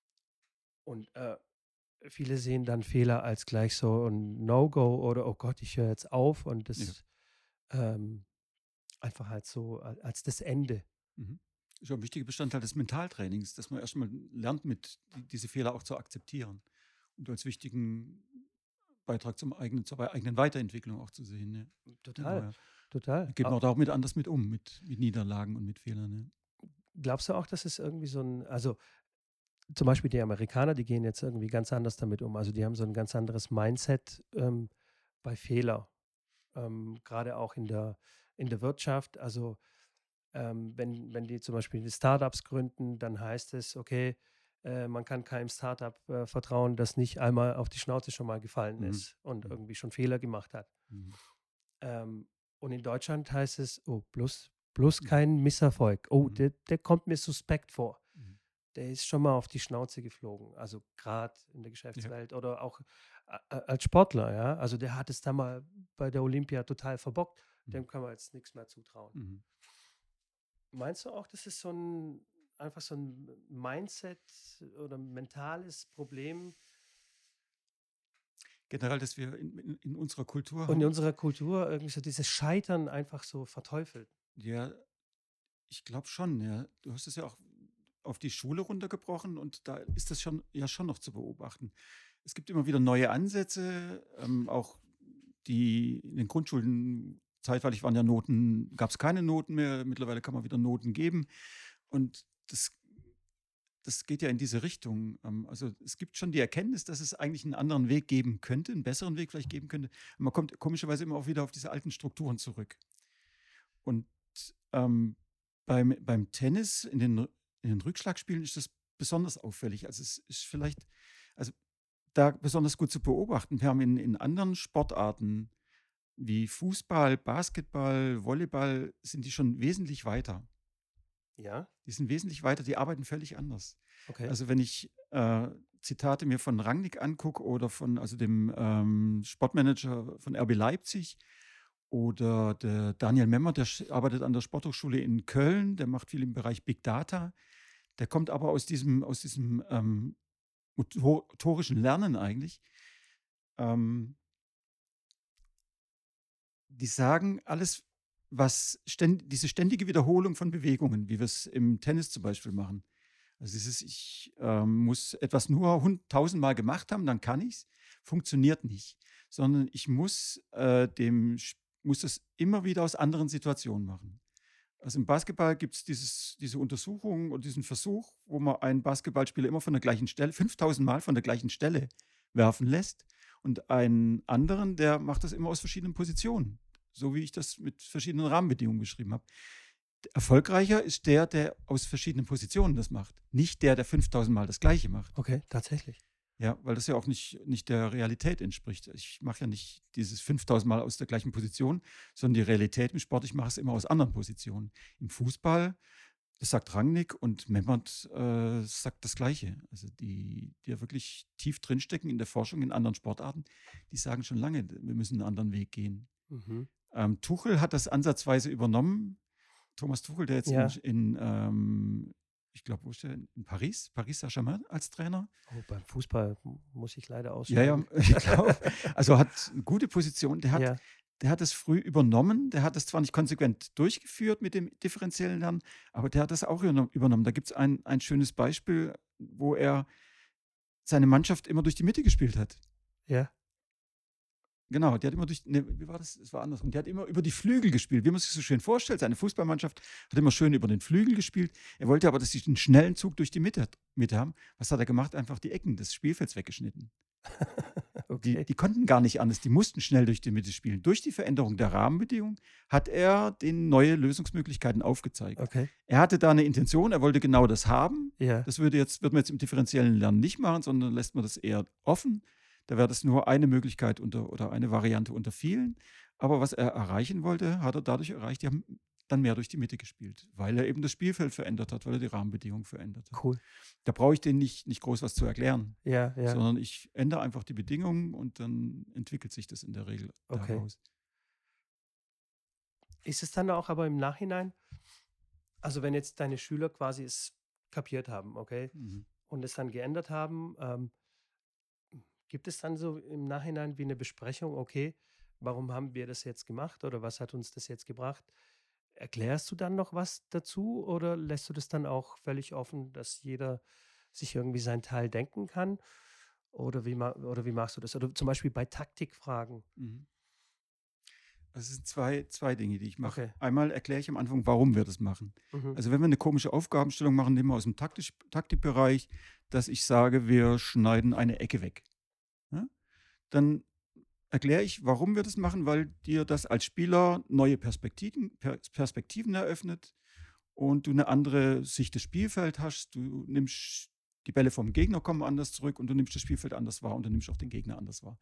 Und äh, viele sehen dann Fehler als gleich so ein No-Go oder oh Gott, ich höre jetzt auf und Ja. das ähm, einfach halt so al- als das Ende. Mhm. Ist auch ein wichtiger Bestandteil des Mentaltrainings, dass man erstmal lernt, mit die, diese Fehler auch zu akzeptieren und als wichtigen Beitrag zum eigenen, zur eigenen Weiterentwicklung auch zu sehen. Ne? Genau, Total, ja. total. Da geht man Au- auch damit anders mit um, mit, mit Niederlagen und mit Fehlern. Ne? Glaubst du auch, dass es irgendwie so ein, also zum Beispiel die Amerikaner, die gehen jetzt irgendwie ganz anders damit um. Also die haben so ein ganz anderes Mindset ähm, bei Fehler. Ähm, gerade auch in der, in der Wirtschaft. Also ähm, wenn, wenn die zum Beispiel die Startups gründen, dann heißt es, okay, äh, man kann keinem Startup äh, vertrauen, das nicht einmal auf die Schnauze schon mal gefallen Mhm. ist und Mhm. irgendwie schon Fehler gemacht hat. Mhm. Ähm, und in Deutschland heißt es, oh, bloß, bloß Mhm. kein Misserfolg. Oh, Mhm. der, der kommt mir suspekt vor. Mhm. Der ist schon mal auf die Schnauze geflogen. Also gerade in der Ja. Geschäftswelt oder auch äh, äh, als Sportler, ja. Also der hat es da mal bei der Olympia total verbockt. Mhm. Dem kann man jetzt nichts mehr zutrauen. Mhm. Meinst du auch, das ist so ein einfach so ein Mindset oder mentales Problem Generell, dass wir in, in, in unserer Kultur und in haben, unserer Kultur irgendwie so dieses Scheitern einfach so verteufelt? ja, ich glaube schon, ja. Du hast es ja auch auf die Schule runtergebrochen und da ist das schon ja schon noch zu beobachten. Es gibt immer wieder neue Ansätze, ähm, auch die in den Grundschulen zeitweilig waren ja Noten, gab es keine Noten mehr, mittlerweile kann man wieder Noten geben. Und das, das geht ja in diese Richtung. Ähm, also es gibt schon die Erkenntnis, dass es eigentlich einen anderen Weg geben könnte, einen besseren Weg vielleicht geben könnte. Und man kommt komischerweise immer auch wieder auf diese alten Strukturen zurück. Und ähm, beim, beim Tennis, in den, in den Rückschlagspielen ist das besonders auffällig. Also es ist vielleicht, also da besonders gut zu beobachten. Wir haben in, in anderen Sportarten wie Fußball, Basketball, Volleyball, sind die schon wesentlich weiter. Ja, Die sind wesentlich weiter, die arbeiten völlig anders. okay. Also wenn ich äh, Zitate mir von Rangnick angucke oder von also dem ähm, Sportmanager von R B Leipzig oder der Daniel Memmer, der sch- arbeitet an der Sporthochschule in Köln, der macht viel im Bereich Big Data. Der kommt aber aus diesem, aus diesem ähm, motor- motorischen Lernen eigentlich. Ähm, die sagen, alles, was ständ, diese ständige Wiederholung von Bewegungen, wie wir es im Tennis zum Beispiel machen. Also dieses, ich ähm, muss etwas nur hund- tausendmal gemacht haben, dann kann ich es, funktioniert nicht. Sondern ich muss, äh, dem, Sch- muss das immer wieder aus anderen Situationen machen. Also im Basketball gibt es diese Untersuchung und diesen Versuch, wo man einen Basketballspieler immer von der gleichen Stelle, fünftausend Mal von der gleichen Stelle werfen lässt und einen anderen, der macht das immer aus verschiedenen Positionen, so wie ich das mit verschiedenen Rahmenbedingungen beschrieben habe. Erfolgreicher ist der, der aus verschiedenen Positionen das macht, nicht der, der fünftausend Mal das Gleiche macht. Okay, tatsächlich. Ja, weil das ja auch nicht, nicht der Realität entspricht. Ich mache ja nicht dieses fünftausend Mal aus der gleichen Position, sondern die Realität im Sport, ich mache es immer aus anderen Positionen. Im Fußball, das sagt Rangnick und Memmert äh, sagt das Gleiche. Also die, die ja wirklich tief drinstecken in der Forschung in anderen Sportarten, die sagen schon lange, wir müssen einen anderen Weg gehen. Mhm. Ähm, Tuchel hat das ansatzweise übernommen. Thomas Tuchel, der jetzt Ja. in, in ähm, ich glaube, wo ist der? In Paris, Paris Saint-Germain als Trainer. Oh, beim Fußball m- muss ich leider Ja, ja, aussteigen. ich glaube. Also hat eine gute Position. Der hat, Ja, der hat es früh übernommen. Der hat es zwar nicht konsequent durchgeführt mit dem differenziellen Lernen, aber der hat das auch überno- übernommen. Da gibt es ein, ein schönes Beispiel, wo er seine Mannschaft immer durch die Mitte gespielt hat. ja. Genau, der hat immer durch, ne, wie war das? Es war andersrum. Der hat immer über die Flügel gespielt, wie man sich so schön vorstellt. Seine Fußballmannschaft hat immer schön über den Flügel gespielt. Er wollte aber, dass sie einen schnellen Zug durch die Mitte, Mitte haben. Was hat er gemacht? Einfach die Ecken des Spielfelds weggeschnitten. Die, Okay. die konnten gar nicht anders, die mussten schnell durch die Mitte spielen. Durch die Veränderung der Rahmenbedingungen hat er denen neue Lösungsmöglichkeiten aufgezeigt. Okay. Er hatte da eine Intention, er wollte genau das haben. Ja. Das würde jetzt, wird man jetzt im differenziellen Lernen nicht machen, sondern lässt man das eher offen. Da wäre das nur eine Möglichkeit unter, oder eine Variante unter vielen. Aber was er erreichen wollte, hat er dadurch erreicht, die haben dann mehr durch die Mitte gespielt, weil er eben das Spielfeld verändert hat, weil er die Rahmenbedingungen verändert hat. Cool. Da brauche ich denen nicht, nicht groß was zu erklären, Ja, ja. sondern ich ändere einfach die Bedingungen und dann entwickelt sich das in der Regel Okay. daraus. Ist es dann auch aber im Nachhinein, also wenn jetzt deine Schüler quasi es kapiert haben, okay, Mhm. und es dann geändert haben, ähm, gibt es dann so im Nachhinein wie eine Besprechung, okay, warum haben wir das jetzt gemacht oder was hat uns das jetzt gebracht? Erklärst du dann noch was dazu oder lässt du das dann auch völlig offen, dass jeder sich irgendwie seinen Teil denken kann? Oder wie, ma oder wie machst du das? Oder zum Beispiel bei Taktikfragen. Mhm. Das sind zwei, zwei Dinge, die ich mache. Okay. Einmal erkläre ich am Anfang, warum wir das machen. Mhm. Also wenn wir eine komische Aufgabenstellung machen, nehmen wir aus dem Taktisch, Taktikbereich, dass ich sage, wir schneiden eine Ecke weg. Ja? Dann erkläre ich, warum wir das machen, weil dir das als Spieler neue Perspektiven, Per- Perspektiven eröffnet und du eine andere Sicht des Spielfelds hast. Du nimmst die Bälle vom Gegner kommen anders zurück und du nimmst das Spielfeld anders wahr und du nimmst auch den Gegner anders wahr.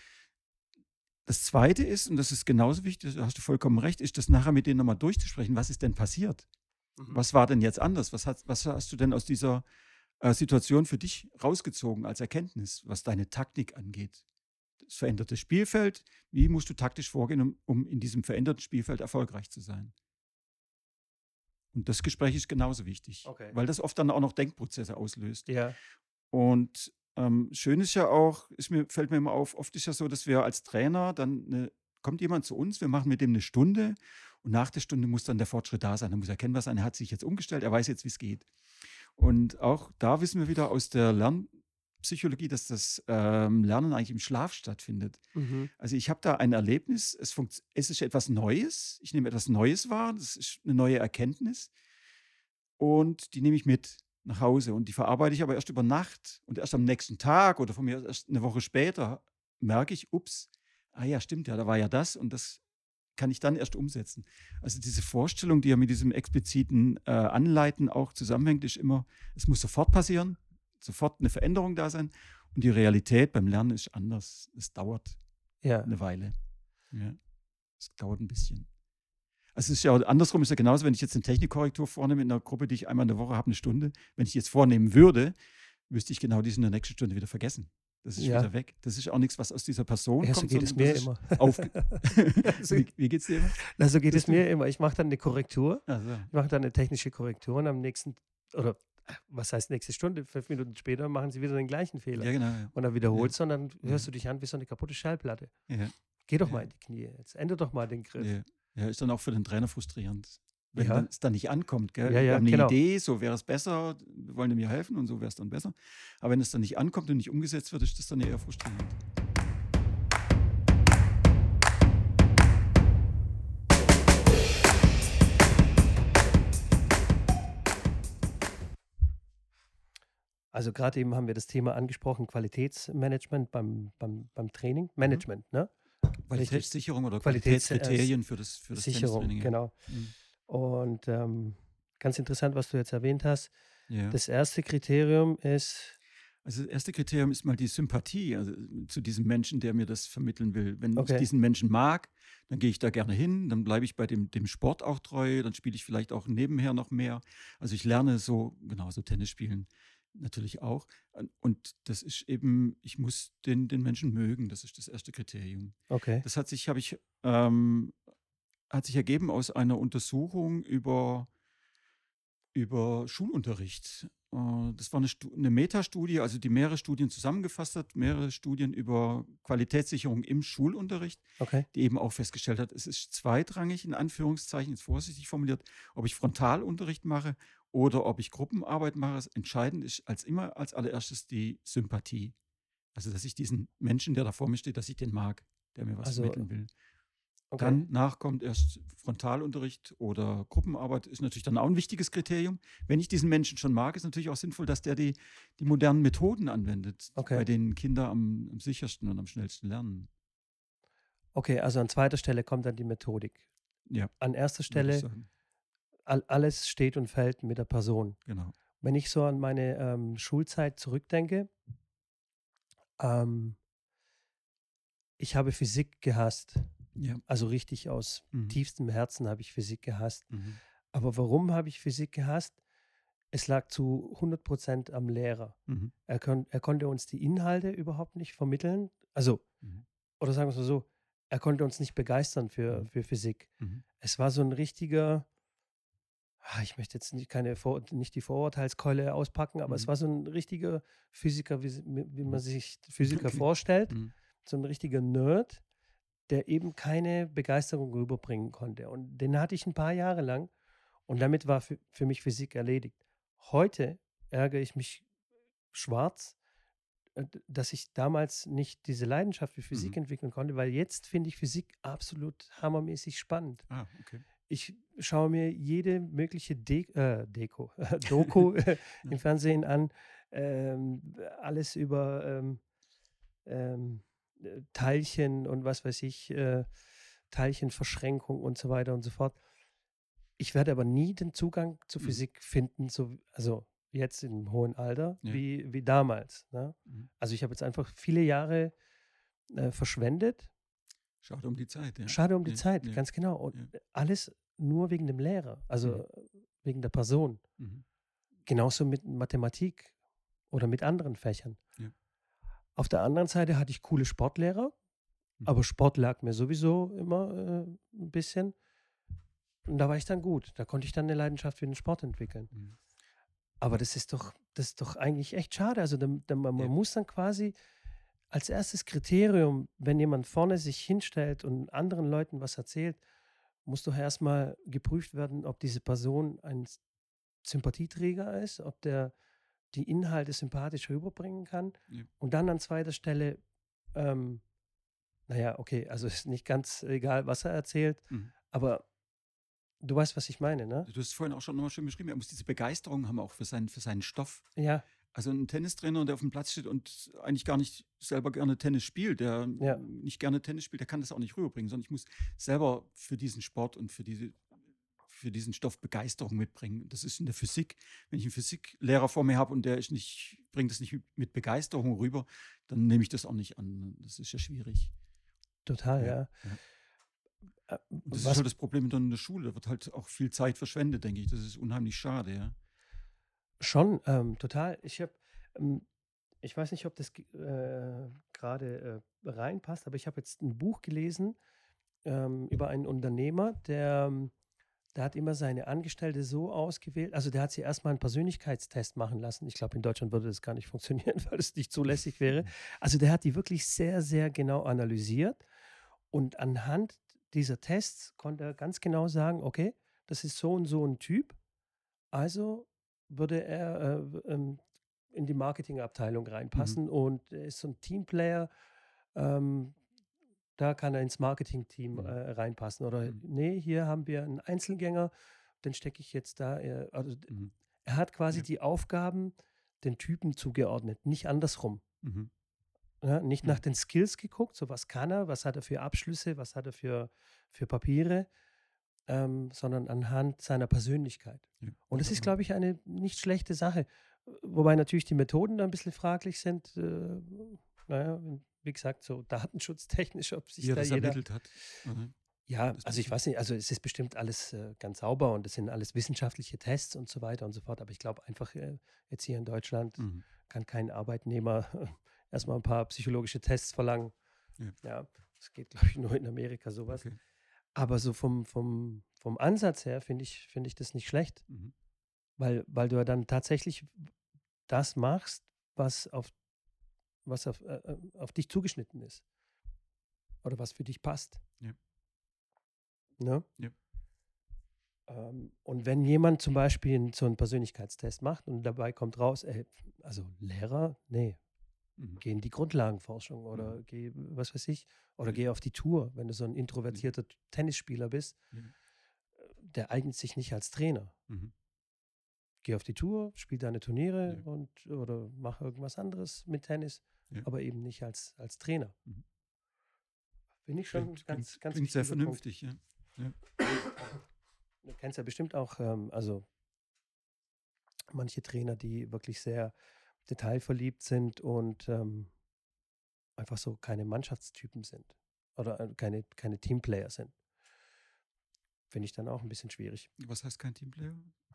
Das Zweite ist, und das ist genauso wichtig, da hast du vollkommen recht, ist das nachher mit denen nochmal durchzusprechen. Was ist denn passiert? Mhm. Was war denn jetzt anders? Was, hat, was hast du denn aus dieser äh, Situation für dich rausgezogen als Erkenntnis, was deine Taktik angeht? Das veränderte Spielfeld, wie musst du taktisch vorgehen, um, um in diesem veränderten Spielfeld erfolgreich zu sein? Und das Gespräch ist genauso wichtig, Okay. weil das oft dann auch noch Denkprozesse auslöst. Ja. Und ähm, schön ist ja auch, ist mir, fällt mir immer auf, oft ist ja so, dass wir als Trainer dann, eine, kommt jemand zu uns, wir machen mit dem eine Stunde und nach der Stunde muss dann der Fortschritt da sein. Er muss erkennbar sein, er hat sich jetzt umgestellt, er weiß jetzt, wie es geht. Und auch da wissen wir wieder aus der Lernpsychologie, dass das ähm, Lernen eigentlich im Schlaf stattfindet. Mhm. Also ich habe da ein Erlebnis, es, funkt, es ist etwas Neues, ich nehme etwas Neues wahr, das ist eine neue Erkenntnis und die nehme ich mit nach Hause und die verarbeite ich aber erst über Nacht und erst am nächsten Tag oder von mir aus erst eine Woche später merke ich, ups, ah ja, stimmt ja, da war ja das und das kann ich dann erst umsetzen. Also diese Vorstellung, die ja mit diesem expliziten äh, Anleiten auch zusammenhängt, ist immer, es muss sofort passieren, sofort eine Veränderung da sein und die Realität beim Lernen ist anders. Es dauert Ja. eine Weile. Ja, es dauert ein bisschen. Also es ist ja andersrum, ist ja genauso, wenn ich jetzt eine Technikkorrektur vornehme in einer Gruppe, die ich einmal in der Woche habe, eine Stunde. Wenn ich jetzt vornehmen würde, wüsste ich genau, die ist in der nächsten Stunde wieder vergessen. Das ist Ja. wieder weg. Das ist auch nichts, was aus dieser Person Ja, so kommt. geht es sondern mir das ist immer. aufge- So- wie, wie geht es dir immer? Na, so geht Das es mir immer. Ich mache dann eine Korrektur. Also, Ich mache dann eine technische Korrektur und am nächsten, oder äh, was heißt nächste Stunde? Fünf Minuten später machen sie wieder den gleichen Fehler. ja, genau. Ja. Und dann wiederholst du und dann Ja. hörst du dich an wie so eine kaputte Schallplatte. Ja, Geh doch Ja. mal in die Knie. Jetzt ändere doch mal den Griff. ja. ja, ist dann auch für den Trainer frustrierend. Wenn Ja. dann, es dann nicht ankommt. Gell? Ja, Wir ja, haben eine genau. Idee, so wäre es besser, wir wollen mir helfen und so wäre es dann besser. Aber wenn es dann nicht ankommt und nicht umgesetzt wird, ist das dann eher frustrierend. Also gerade eben haben wir das Thema angesprochen, Qualitätsmanagement beim, beim, beim Training. Management, ne? Qualitätssicherung oder Qualitäts- Qualitätskriterien für das, für das Sicherung, Tennistraining. ja. genau. Mhm. Und ähm, ganz interessant, was du jetzt erwähnt hast. Ja. Das erste Kriterium ist, Also das erste Kriterium ist mal die Sympathie also zu diesem Menschen, der mir das vermitteln will. Wenn Okay. ich diesen Menschen mag, dann gehe ich da gerne hin, dann bleibe ich bei dem, dem Sport auch treu, dann spiele ich vielleicht auch nebenher noch mehr. Also ich lerne so, genau, so Tennis spielen natürlich auch. Und das ist eben, ich muss den, den Menschen mögen, das ist das erste Kriterium. okay, Das hat sich, habe ich, ähm, hat sich ergeben aus einer Untersuchung über, über Schulunterricht. Äh, Das war eine, Stu eine Metastudie, also die mehrere Studien zusammengefasst hat, mehrere Studien über Qualitätssicherung im Schulunterricht, okay, die eben auch festgestellt hat, es ist zweitrangig, in Anführungszeichen, jetzt vorsichtig formuliert, ob ich Frontalunterricht mache oder ob ich Gruppenarbeit mache. Entscheidend ist als immer als allererstes die Sympathie. Also, dass ich diesen Menschen, der da vor mir steht, dass ich den mag, der mir was Also- vermitteln will. Okay. Danach kommt erst Frontalunterricht oder Gruppenarbeit, ist natürlich dann auch ein wichtiges Kriterium. Wenn ich diesen Menschen schon mag, ist natürlich auch sinnvoll, dass der die, die modernen Methoden anwendet, Okay. bei denen Kinder am, am sichersten und am schnellsten lernen. Okay, also an zweiter Stelle kommt dann die Methodik. Ja, An erster würde ich Stelle, sagen. all, alles steht und fällt mit der Person. Genau. Wenn ich so an meine ähm, Schulzeit zurückdenke, ähm, ich habe Physik gehasst. Ja. Also richtig aus Mhm. tiefstem Herzen habe ich Physik gehasst. Mhm. Aber warum habe ich Physik gehasst? Es lag zu hundert Prozent am Lehrer. Mhm. Er, kon er konnte uns die Inhalte überhaupt nicht vermitteln. Also, Mhm. oder sagen wir es mal so, er konnte uns nicht begeistern für, Mhm. für Physik. Mhm. Es war so ein richtiger, ah, ich möchte jetzt nicht, keine Vor nicht die Vorurteilskeule auspacken, aber es Mhm. war so ein richtiger Physiker, wie, wie man Mhm. sich Physiker Okay. vorstellt. Mhm. So ein richtiger Nerd, der eben keine Begeisterung rüberbringen konnte. Und den hatte ich ein paar Jahre lang und damit war für, für mich Physik erledigt. Heute ärgere ich mich schwarz, äh, d- dass ich damals nicht diese Leidenschaft für Physik Mhm. entwickeln konnte, weil jetzt finde ich Physik absolut hammermäßig spannend. Ah, okay. Ich schaue mir jede mögliche De äh, Deko, Doku äh, Ja. im Fernsehen an, ähm, alles über ähm, ähm, äh, Teilchen und was weiß ich, äh, Teilchenverschränkung und so weiter und so fort. Ich werde aber nie den Zugang zur Mhm. Physik finden, so, wie- also jetzt im hohen Alter, Ja. wie, wie damals. Ne? Mhm. Also ich habe jetzt einfach viele Jahre äh, verschwendet. Schade um die Zeit, ja. Schade um die Ja. Zeit, Ja. ganz genau. Und Ja. alles nur wegen dem Lehrer, also Mhm. äh, wegen der Person. Mhm. Genauso mit Mathematik oder mit anderen Fächern. Ja. Auf der anderen Seite hatte ich coole Sportlehrer, Mhm. aber Sport lag mir sowieso immer äh, ein bisschen. Und da war ich dann gut. Da konnte ich dann eine Leidenschaft für den Sport entwickeln. Mhm. Aber das ist doch, das ist doch eigentlich echt schade. Also da, da, man, man Ja. muss dann quasi als erstes Kriterium, wenn jemand vorne sich hinstellt und anderen Leuten was erzählt, muss doch erstmal geprüft werden, ob diese Person ein S- Sympathieträger ist, ob der die Inhalte sympathisch rüberbringen kann. Ja. Und dann an zweiter Stelle, ähm, naja, okay, also ist nicht ganz egal, was er erzählt, Mhm. aber du weißt, was ich meine, ne? Du hast es vorhin auch schon nochmal schön beschrieben. Er muss diese Begeisterung haben, auch für seinen, für seinen Stoff. Ja, Also ein Tennistrainer, der auf dem Platz steht und eigentlich gar nicht selber gerne Tennis spielt, der ja, nicht gerne Tennis spielt, der kann das auch nicht rüberbringen, sondern ich muss selber für diesen Sport und für, diese, für diesen Stoff Begeisterung mitbringen. Das ist in der Physik. Wenn ich einen Physiklehrer vor mir habe und der ist nicht, bringt das nicht mit, mit Begeisterung rüber, dann nehme ich das auch nicht an. Das ist ja schwierig. total, Ja, ja. ja. Äh, Und das ist Was halt das Problem in der Schule. Da wird halt auch viel Zeit verschwendet, denke ich. Das ist unheimlich schade, ja. schon, ähm, total. Ich habe, ähm, ich weiß nicht, ob das ge- äh, gerade äh, reinpasst, aber ich habe jetzt ein Buch gelesen ähm, über einen Unternehmer, der, ähm, der hat immer seine Angestellte so ausgewählt, also der hat sie erstmal einen Persönlichkeitstest machen lassen. Ich glaube, in Deutschland würde das gar nicht funktionieren, weil es nicht zulässig wäre. Also der hat die wirklich sehr, sehr genau analysiert und anhand dieser Tests konnte er ganz genau sagen, okay, das ist so und so ein Typ. Also würde er äh, w- ähm, in die Marketingabteilung Mhm. reinpassen und er ist so ein Teamplayer. Ähm, da kann er ins Marketingteam Mhm. äh, reinpassen. Oder Mhm. nee, hier haben wir einen Einzelgänger, den stecke ich jetzt da. Äh, also d- Mhm. er hat quasi Ja. die Aufgaben den Typen zugeordnet, nicht andersrum. Mhm. Ja, nicht nach Ja. den Skills geguckt, so was kann er, was hat er für Abschlüsse, was hat er für, für Papiere, ähm, sondern anhand seiner Persönlichkeit. Ja. Und das Oder, ist, glaube ich, eine nicht schlechte Sache. Wobei natürlich die Methoden da ein bisschen fraglich sind. Äh, naja, wie gesagt, so datenschutztechnisch, ob sich wie er da das jeder. ermittelt hat. Oder? Ja, Das also muss ich man. weiß nicht, also es ist bestimmt alles äh, ganz sauber und das sind alles wissenschaftliche Tests und so weiter und so fort. Aber ich glaube einfach, äh, jetzt hier in Deutschland Mhm. kann kein Arbeitnehmer erstmal ein paar psychologische Tests verlangen. Ja. Ja, das geht, glaube ich, nur in Amerika sowas. Okay. Aber so vom, vom, vom Ansatz her finde ich, finde ich das nicht schlecht, Mhm. weil, weil du ja dann tatsächlich das machst, was auf, was auf, äh, äh, auf dich zugeschnitten ist oder was für dich passt. Ja. Ne? Ja. Ähm, und wenn jemand zum Beispiel n- so einen Persönlichkeitstest macht und dabei kommt raus, ey, also Lehrer, nee, Mhm. geh in die Grundlagenforschung oder Mhm. geh, was weiß ich, oder Ja. geh auf die Tour, wenn du so ein introvertierter Tennisspieler bist, Ja. der eignet sich nicht als Trainer. Mhm. Geh auf die Tour, spiel deine Turniere Ja. und oder mach irgendwas anderes mit Tennis, Ja. aber eben nicht als, als Trainer. Mhm. Finde ich schon ein Klingt, ganz, klingt, ganz klingt sehr wichtiger Punkt. vernünftig, ja. Ja. Du kennst ja bestimmt auch, ähm, also manche Trainer, die wirklich sehr detailverliebt sind und ähm, einfach so keine Mannschaftstypen sind oder äh, keine, keine Teamplayer sind. Finde ich dann auch ein bisschen schwierig. Was heißt kein Teamplayer?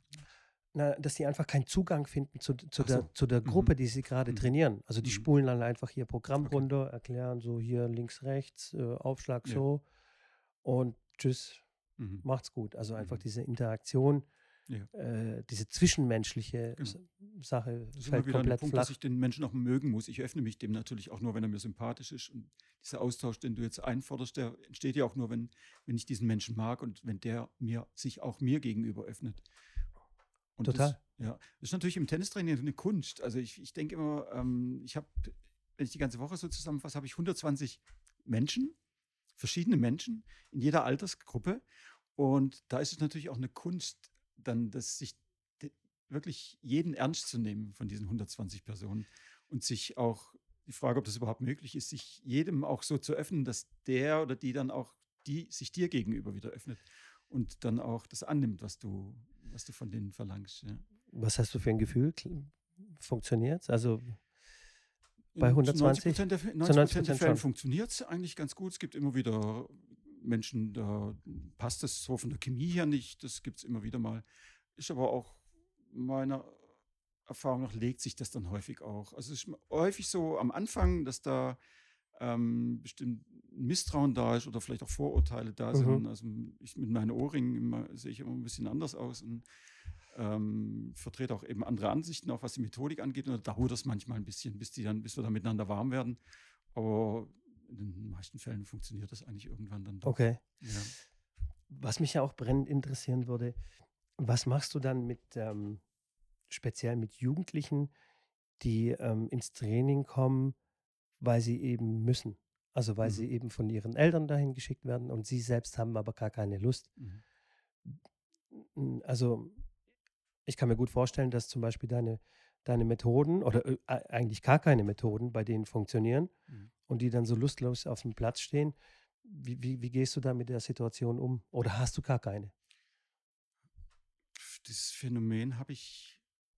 Na, dass sie einfach keinen Zugang finden zu, zu, Ach so. der, zu der Mhm. Gruppe, die sie gerade Mhm. trainieren. Also die Mhm. spulen dann einfach ihr Programm Okay. runter, erklären so hier links, rechts, äh, Aufschlag Ja. so und tschüss, Mhm. macht's gut. Also einfach Mhm. diese Interaktion, Ja. äh, diese zwischenmenschliche Genau. S- Sache Das ist immer fällt wieder ein komplett Punkt, dass flach. ich den Menschen auch mögen muss. Ich öffne mich dem natürlich auch nur, wenn er mir sympathisch ist. Und dieser Austausch, den du jetzt einforderst, der entsteht ja auch nur, wenn, wenn ich diesen Menschen mag und wenn der mir sich auch mir gegenüber öffnet. Und das, Total. ja, das ist natürlich im Tennistraining eine Kunst. Also ich, ich denke immer, ähm, ich habe, wenn ich die ganze Woche so zusammenfasse, habe ich hundertzwanzig Menschen, verschiedene Menschen in jeder Altersgruppe. Und da ist es natürlich auch eine Kunst, dann, dass sich de- wirklich jeden ernst zu nehmen von diesen hundertzwanzig Personen und sich auch die Frage, ob das überhaupt möglich ist, sich jedem auch so zu öffnen, dass der oder die dann auch die sich dir gegenüber wieder öffnet und dann auch das annimmt, was du, was du von denen verlangst. Ja. Was hast du für ein Gefühl? Funktioniert es? Also bei In zu neunzig hundertzwanzig? Prozent der, Zu neunzig neunzig Prozent der Prozent Fällen schon. funktioniert es eigentlich ganz gut. Es gibt immer wieder Menschen, da passt das so von der Chemie her nicht. Das gibt es immer wieder mal. Ist aber auch meiner Erfahrung nach legt sich das dann häufig auch. Also es ist häufig so am Anfang, dass da ähm, bestimmt Misstrauen da ist oder vielleicht auch Vorurteile da Mhm. sind. Also ich mit meinen Ohrringen immer, sehe ich immer ein bisschen anders aus und ähm, vertrete auch eben andere Ansichten, auch was die Methodik angeht. Und da dauert das manchmal ein bisschen, bis die dann, bis wir dann miteinander warm werden. Aber in den meisten Fällen funktioniert das eigentlich irgendwann dann doch. Okay. Ja. Was mich ja auch brennend interessieren würde, was machst du dann mit, ähm, speziell mit Jugendlichen, die ähm, ins Training kommen, weil sie eben müssen? Also weil Mhm. sie eben von ihren Eltern dahin geschickt werden und sie selbst haben aber gar keine Lust. Mhm. N- Also ich kann mir gut vorstellen, dass zum Beispiel deine, deine Methoden oder äh, e- eigentlich gar keine Methoden bei denen funktionieren Mhm. und die dann so lustlos auf dem Platz stehen. Wie, wie, wie gehst du da mit der Situation um? Oder hast du gar keine? Pff, Dieses Phänomen habe ich,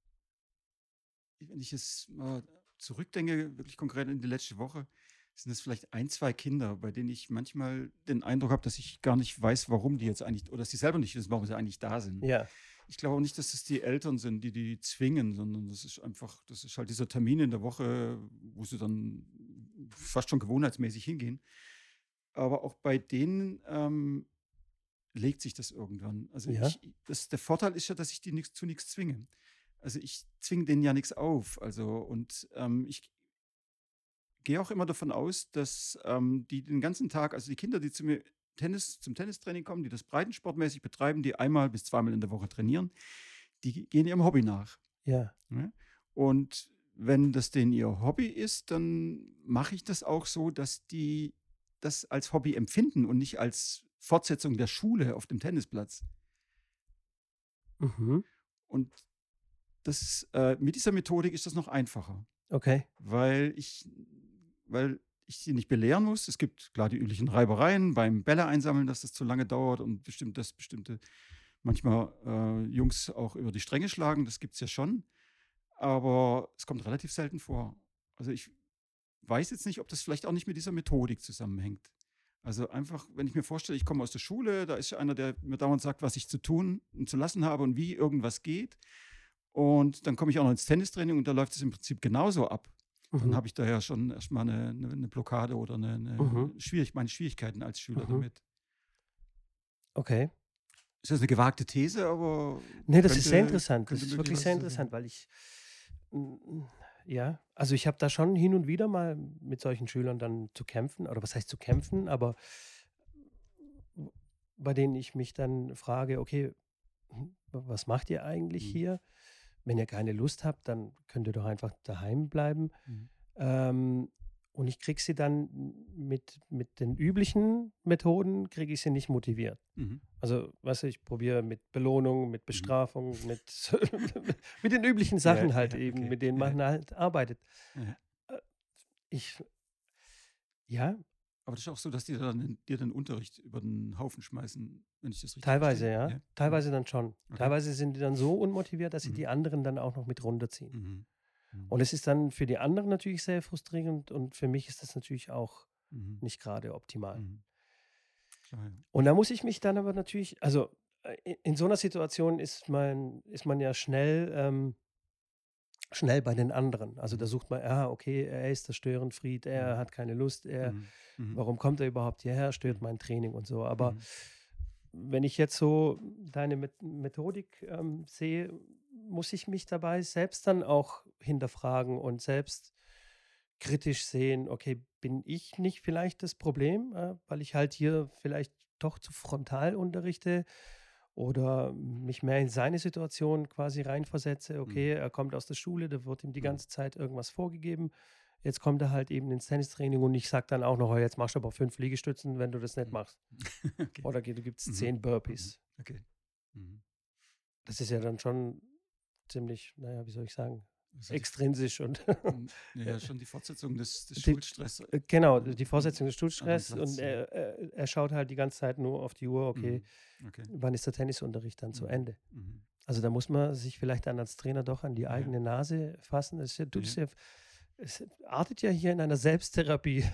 wenn ich es mal zurückdenke, wirklich konkret in die letzte Woche, sind es vielleicht ein, zwei Kinder, bei denen ich manchmal den Eindruck habe, dass ich gar nicht weiß, warum die jetzt eigentlich, oder dass sie selber nicht wissen, warum sie eigentlich da sind. Ja, Ich glaube auch nicht, dass es die Eltern sind, die die zwingen, sondern das ist einfach, das ist halt dieser Termin in der Woche, wo sie dann fast schon gewohnheitsmäßig hingehen. Aber auch bei denen ähm, legt sich das irgendwann. Also ja, ich, das, der Vorteil ist ja, dass ich die nix, zu nichts zwinge. Also ich zwinge denen ja nichts auf. Also und ähm, ich gehe auch immer davon aus, dass ähm, die den ganzen Tag, also die Kinder, die zu mir Tennis, zum Tennistraining kommen, die das breitensportmäßig betreiben, die einmal bis zweimal in der Woche trainieren, die gehen ihrem Hobby nach. ja. Ne? Und wenn das denen ihr Hobby ist, dann mache ich das auch so, dass die das als Hobby empfinden und nicht als Fortsetzung der Schule auf dem Tennisplatz. Mhm. Und das, äh, mit dieser Methodik ist das noch einfacher, Okay. weil ich, weil ich sie nicht belehren muss. Es gibt klar die üblichen Reibereien beim Bälle einsammeln, dass das zu lange dauert und bestimmt, dass bestimmte manchmal äh, Jungs auch über die Stränge schlagen. Das gibt es ja schon. Aber es kommt relativ selten vor. Also ich weiß jetzt nicht, ob das vielleicht auch nicht mit dieser Methodik zusammenhängt. Also einfach, wenn ich mir vorstelle, ich komme aus der Schule, da ist ja einer, der mir dauernd sagt, was ich zu tun und zu lassen habe und wie irgendwas geht. Und dann komme ich auch noch ins Tennistraining und da läuft es im Prinzip genauso ab. Dann Mhm. habe ich da ja schon erstmal eine, eine, eine Blockade oder eine, eine Mhm. Schwierig, meine Schwierigkeiten als Schüler Mhm. damit. Okay. Ist das eine gewagte These, aber Nee, das ist sehr könnte, interessant. Das könnte ist wirklich sehr möglicherweise so sein. interessant, weil ich, mm, ja, also ich habe da schon hin und wieder mal mit solchen Schülern dann zu kämpfen, oder was heißt zu kämpfen, aber bei denen ich mich dann frage, okay, hm, was macht ihr eigentlich Mhm. hier? Wenn ihr keine Lust habt, dann könnt ihr doch einfach daheim bleiben. Mhm. Ähm, und ich kriege sie dann mit, mit den üblichen Methoden, kriege ich sie nicht motiviert. Mhm. Also, weißt du, ich probiere mit Belohnung, mit Mhm. Bestrafung, mit, mit den üblichen Ja, Sachen halt ja, eben, okay. mit denen Ja, man halt arbeitet. ja. Äh, Ich, ja, Aber das ist auch so, dass die dann dir den Unterricht über den Haufen schmeißen, wenn ich das richtig teilweise, verstehe? ja. Ja? Mhm. Teilweise dann schon. Okay. Teilweise sind die dann so unmotiviert, dass sie Mhm. die anderen dann auch noch mit runterziehen. Mhm. Mhm. Und es ist dann für die anderen natürlich sehr frustrierend und für mich ist das natürlich auch Mhm. nicht gerade optimal. Mhm. Klar, ja. Und da muss ich mich dann aber natürlich, also äh, in, in so einer Situation ist man, ist man ja schnell, ähm, schnell bei den anderen. Also da Mhm. sucht man, ah, okay, er ist der Störenfried, er Mhm. hat keine Lust, er, Mhm. Mhm. warum kommt er überhaupt hierher, stört Mhm. mein Training und so. Aber Mhm. wenn ich jetzt so deine Met- Methodik ähm, sehe, muss ich mich dabei selbst dann auch hinterfragen und selbst kritisch sehen, okay, bin ich nicht vielleicht das Problem, äh, weil ich halt hier vielleicht doch zu frontal unterrichte oder mich mehr in seine Situation quasi reinversetze. Mhm. Okay, er kommt aus der Schule, da wird ihm die Mhm. ganze Zeit irgendwas vorgegeben. Jetzt kommt er halt eben ins Tennistraining und ich sage dann auch noch, oh, jetzt machst du aber fünf Liegestützen, wenn du das nicht Mhm. machst. Okay. Oder ge- du gibst Mhm. zehn Mhm. Burpees. Okay. Mhm. Das ist ja dann schon ziemlich, naja, wie soll ich sagen, Also die, extrinsisch und mm, ja, ja, schon die Fortsetzung des, des die, Schulstress äh, genau, am, die am Fortsetzung des anderen Schulstress Platz. und Ja. er, er, er schaut halt die ganze Zeit nur auf die Uhr, okay, Mhm. Okay. wann ist der Tennisunterricht dann zu Mhm. Ende? Mhm. Also da muss man sich vielleicht dann als Trainer doch an die Ja. eigene Nase fassen. Es, ist ja, tut es Ja. ja, es artet ja hier in einer Selbsttherapie.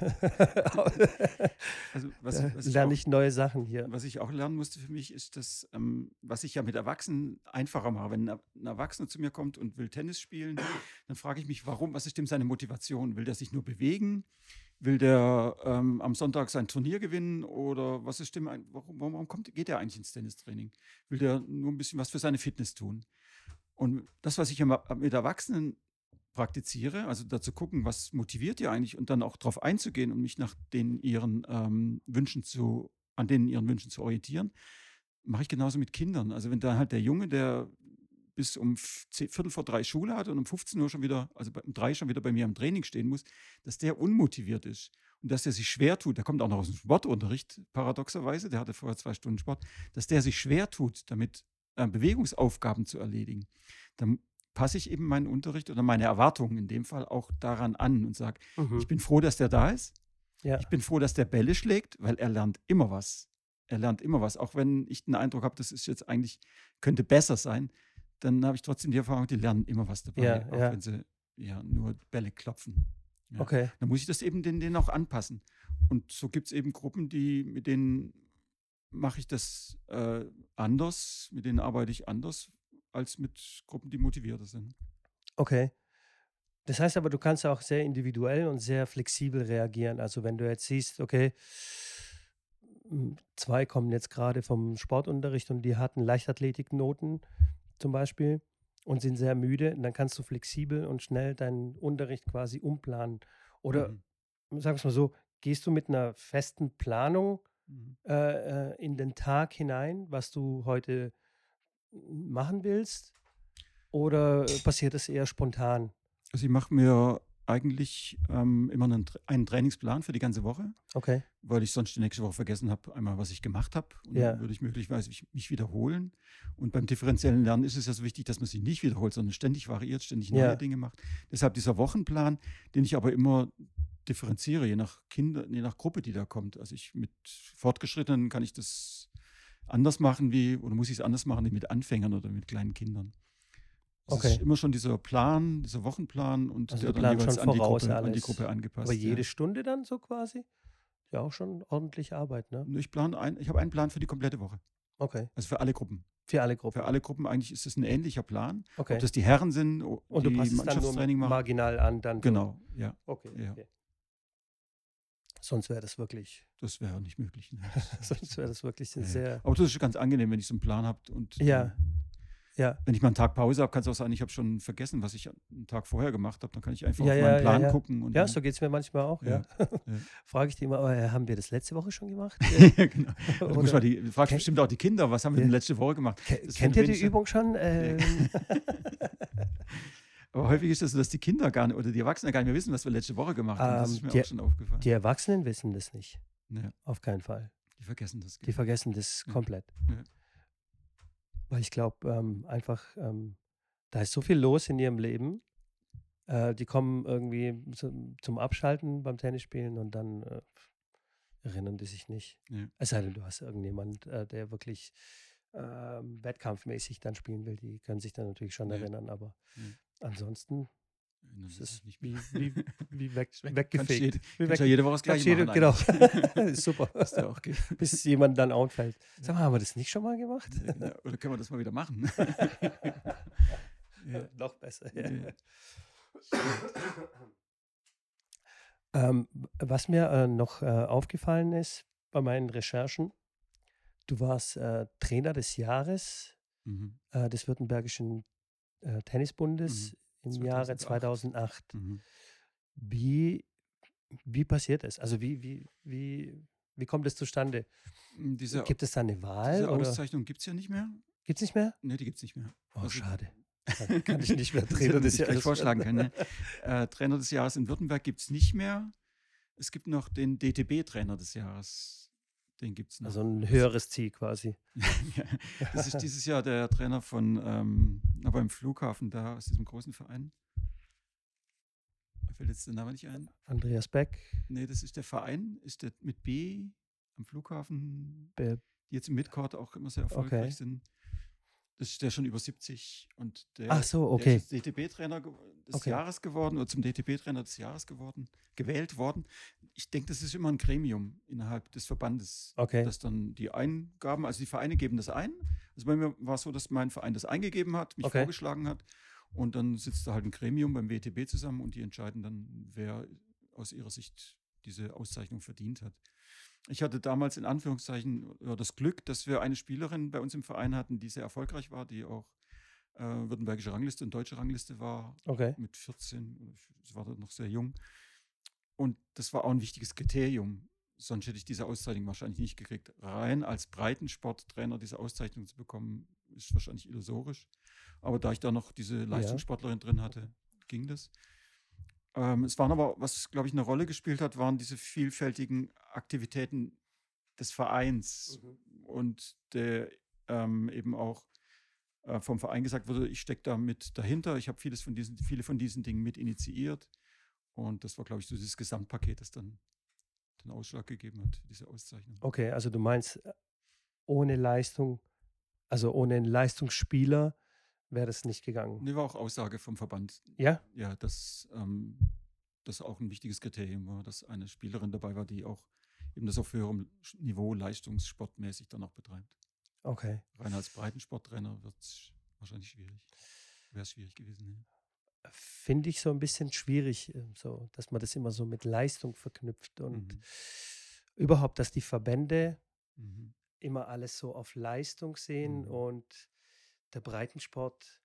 Also was, Da was ich lerne auch ich neue Sachen hier. Was ich auch lernen musste für mich, ist das, ähm, was ich ja mit Erwachsenen einfacher mache. Wenn ein ein Erwachsener zu mir kommt und will Tennis spielen, dann frage ich mich, warum, was ist dem seine Motivation? Will der sich nur bewegen? Will der ähm, am Sonntag sein Turnier gewinnen? Oder was ist dem, ein- warum, warum kommt, geht er eigentlich ins Tennistraining? Will der nur ein bisschen was für seine Fitness tun? Und das, was ich immer mit Erwachsenen praktiziere, also dazu gucken, was motiviert ihr eigentlich und dann auch darauf einzugehen und mich nach den ihren ähm, Wünschen zu, an denen ihren Wünschen zu orientieren, mache ich genauso mit Kindern. Also wenn da halt der Junge, der bis um f- zehn, Viertel vor drei Schule hat und um fünfzehn Uhr schon wieder, also bei- um drei schon wieder bei mir im Training stehen muss, dass der unmotiviert ist und dass der sich schwer tut, der kommt auch noch aus dem Sportunterricht, paradoxerweise, der hatte vorher zwei Stunden Sport, dass der sich schwer tut, damit äh, Bewegungsaufgaben zu erledigen, dann passe ich eben meinen Unterricht oder meine Erwartungen in dem Fall auch daran an und sage, Mhm. ich bin froh, dass der da ist. Ja, Ich bin froh, dass der Bälle schlägt, weil er lernt immer was. Er lernt immer was. Auch wenn ich den Eindruck habe, das ist jetzt eigentlich, könnte besser sein, dann habe ich trotzdem die Erfahrung, die lernen immer was dabei, ja, auch ja. wenn sie ja nur Bälle klopfen. Ja. Okay. Dann muss ich das eben denen, denen auch anpassen. Und so gibt es eben Gruppen, die, mit denen mache ich das äh, anders, mit denen arbeite ich anders, als mit Gruppen, die motivierter sind. Okay. Das heißt aber, du kannst auch sehr individuell und sehr flexibel reagieren. Also wenn du jetzt siehst, okay, m, zwei kommen jetzt gerade vom Sportunterricht und die hatten Leichtathletiknoten zum Beispiel und sind sehr müde, dann kannst du flexibel und schnell deinen Unterricht quasi umplanen. Oder Mhm. sagen wir es mal so, gehst du mit einer festen Planung Mhm. äh, äh, in den Tag hinein, was du heute m, machen willst? Oder äh, passiert es eher spontan? Also ich mache mir eigentlich ähm, immer einen, Tra- einen Trainingsplan für die ganze Woche, Okay, weil ich sonst die nächste Woche vergessen habe, einmal was ich gemacht habe. Und Ja. dann würde ich möglicherweise mich, mich wiederholen. Und beim differenziellen Lernen ist es ja so wichtig, dass man sich nicht wiederholt, sondern ständig variiert, ständig neue Ja. Dinge macht. Deshalb dieser Wochenplan, den ich aber immer differenziere, je nach Kinder, je nach Gruppe, die da kommt. Also ich mit Fortgeschrittenen kann ich das anders machen wie, oder muss ich es anders machen wie mit Anfängern oder mit kleinen Kindern. Es Okay. ist immer schon dieser Plan, dieser Wochenplan und Also der du dann planst jeweils schon an die, voraus Gruppe, an die alles. Gruppe angepasst. Aber jede ja. Stunde dann so quasi? Ja, auch schon ordentlich Arbeit, ne? Ich plane ein, ich habe einen Plan für die komplette Woche. Okay. Also für alle Gruppen. Für alle Gruppen. Für alle Gruppen eigentlich ist es ein ähnlicher Plan. Okay. Ob das die Herren sind, o- Und du die passt es dann nur Mannschaftstraining machen. marginal an, dann so. Genau, ja. Okay, Ja. okay. Sonst wäre das wirklich, Das wäre nicht möglich. Ne? Das- sonst wäre das wirklich ja, ja. sehr, Aber das ist ganz angenehm, wenn ich so einen Plan habe. Und Ja. dann, ja, wenn ich mal einen Tag Pause habe, kann es auch sein, ich habe schon vergessen, was ich einen Tag vorher gemacht habe. Dann kann ich einfach Ja, auf ja, meinen ja, Plan ja. gucken. Und ja, dann, so geht es mir manchmal auch, ja. Ja, Frage ich die immer, oh, äh, haben wir das letzte Woche schon gemacht? ja, genau. Du, musst Oder- mal die, du fragst Ken- bestimmt auch die Kinder, was haben wir Ja. denn letzte Woche gemacht? Ke- Das Kennt ihr die wenigstens- Übung schon? Ähm, Aber Aber häufig ist das so, dass die Kinder gar nicht oder die Erwachsenen gar nicht mehr wissen, was wir letzte Woche gemacht haben. Das ist Ähm, mir die, auch schon aufgefallen. die Erwachsenen wissen das nicht. Ja, Auf keinen Fall. die vergessen das. Die genau. vergessen das Ja. komplett. Ja. Weil ich glaube, ähm, einfach, ähm, da ist so viel los in ihrem Leben. Äh, die kommen irgendwie zum, zum Abschalten beim Tennisspielen und dann äh, erinnern die sich nicht. Ja. Es sei denn, du hast irgendjemand, äh, der wirklich ähm, wettkampfmäßig dann spielen will, die können sich dann natürlich schon Ja. erinnern, aber Ja. ansonsten Erinnern ist sie es sich nicht wie, mehr. wie, wie weg, Kannst weggefegt. jede- Wie kannst ja jede Woche das Kannst Gleiche jede- machen. genau. eigentlich. Ist super. Ist ja auch geht. Bis jemand dann outfällt. Sag mal, haben wir das nicht schon mal gemacht? Ja, genau. Oder können wir das mal wieder machen? Ja. Noch besser. Ja. Ja. Ähm, was mir äh, noch äh, aufgefallen ist bei meinen Recherchen, du warst äh, Trainer des Jahres Mhm. äh, des Württembergischen äh, Tennisbundes im Jahre zweitausendacht. zweitausendacht. Mhm. Wie, wie passiert es? Also wie, wie, wie, wie kommt es zustande? Diese, Gibt es da eine Wahl? diese Oder Auszeichnung gibt es ja nicht mehr. gibt es nicht mehr? Ne, die gibt es nicht mehr. Oh, Also- schade. Dann kann ich nicht mehr Das Trainer hätte man des sich gleich Jahres vorschlagen werden. können. Ne? Äh, Trainer des Jahres in Württemberg gibt es nicht mehr. Es gibt noch den D T B-Trainer des Jahres. Den gibt es noch. Also ein höheres Ziel quasi. Ja, das ist dieses Jahr der Trainer von, ähm, na, beim Flughafen da, aus diesem großen Verein. Mir fällt jetzt der Name nicht ein. Andreas Beck, Nee, das ist der Verein, ist der mit B am Flughafen, Be die jetzt im Midcourt auch immer sehr erfolgreich Okay. sind. Das ist der schon über siebzig und der, Ach so, der okay. ist jetzt D T B-Trainer ge- des Okay. Jahres geworden oder zum D T B-Trainer des Jahres geworden, gewählt worden. Ich denke, das ist immer ein Gremium innerhalb des Verbandes, Okay. das dann die Eingaben, also die Vereine geben das ein. Also bei mir war es so, dass mein Verein das eingegeben hat, mich Okay. vorgeschlagen hat und dann sitzt da halt ein Gremium beim W T B zusammen und die entscheiden dann, wer aus ihrer Sicht diese Auszeichnung verdient hat. Ich hatte damals in Anführungszeichen ja, das Glück, dass wir eine Spielerin bei uns im Verein hatten, die sehr erfolgreich war, die auch äh, württembergische Rangliste und deutsche Rangliste war, Okay. mit vierzehn, oder sie war da noch sehr jung. Und das war auch ein wichtiges Kriterium. Sonst hätte ich diese Auszeichnung wahrscheinlich nicht gekriegt. Rein als Breitensporttrainer diese Auszeichnung zu bekommen, ist wahrscheinlich illusorisch. Aber da ich da noch diese Leistungssportlerin drin hatte, ging das. Ähm, es waren aber, was glaube ich eine Rolle gespielt hat, waren diese vielfältigen Aktivitäten des Vereins und der ähm, eben auch äh, vom Verein gesagt wurde, ich stecke da mit dahinter, ich habe vieles von diesen, viele von diesen Dingen mit initiiert und das war glaube ich so dieses Gesamtpaket, das dann den Ausschlag gegeben hat für diese Auszeichnung. Okay, also du meinst, äh, ohne Leistung, also ohne einen Leistungsspieler wäre das nicht gegangen. Nee, war auch Aussage vom Verband, Ja? ja, dass ähm, das auch ein wichtiges Kriterium war, dass eine Spielerin dabei war, die auch eben das auf höherem Niveau leistungssportmäßig dann auch betreibt. Okay. Rein als Breitensporttrainer wird es wahrscheinlich schwierig. Wäre es schwierig gewesen. Ja. Finde ich so ein bisschen schwierig, äh, so, dass man das immer so mit Leistung verknüpft und Mhm. überhaupt, dass die Verbände Mhm. immer alles so auf Leistung sehen Mhm. und der Breitensport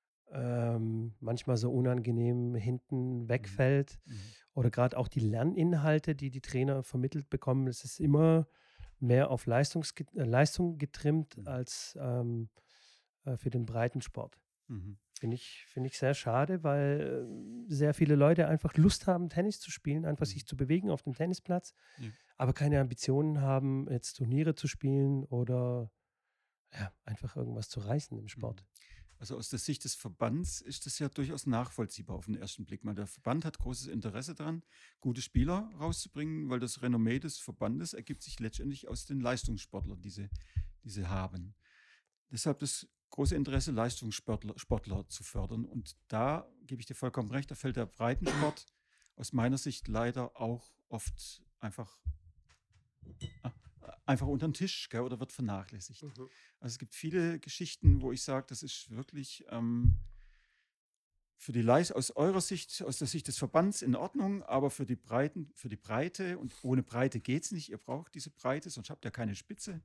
ähm, manchmal so unangenehm hinten wegfällt. Mhm. Oder gerade auch die Lerninhalte, die die Trainer vermittelt bekommen, es ist immer mehr auf Leistungs äh, Leistung getrimmt Mhm. als ähm, äh, für den Breitensport. Mhm. Finde ich, finde ich sehr schade, weil äh, sehr viele Leute einfach Lust haben, Tennis zu spielen, einfach Mhm. sich zu bewegen auf dem Tennisplatz, Ja. aber keine Ambitionen haben, jetzt Turniere zu spielen oder ja, einfach irgendwas zu reißen im Sport. Also aus der Sicht des Verbands ist das ja durchaus nachvollziehbar auf den ersten Blick. Mal der Verband hat großes Interesse daran, gute Spieler rauszubringen, weil das Renommee des Verbandes ergibt sich letztendlich aus den Leistungssportlern, die sie, die sie haben. Deshalb das große Interesse, Leistungssportler Sportler zu fördern. Und da gebe ich dir vollkommen recht, da fällt der Breitensport aus meiner Sicht leider auch oft einfach, ah, einfach unter den Tisch, gell, oder wird vernachlässigt. Also es gibt viele Geschichten, wo ich sage, das ist wirklich ähm, für die Leis aus eurer Sicht, aus der Sicht des Verbands in Ordnung, aber für die Breiten, für die Breite, und ohne Breite geht es nicht, ihr braucht diese Breite, sonst habt ihr keine Spitze.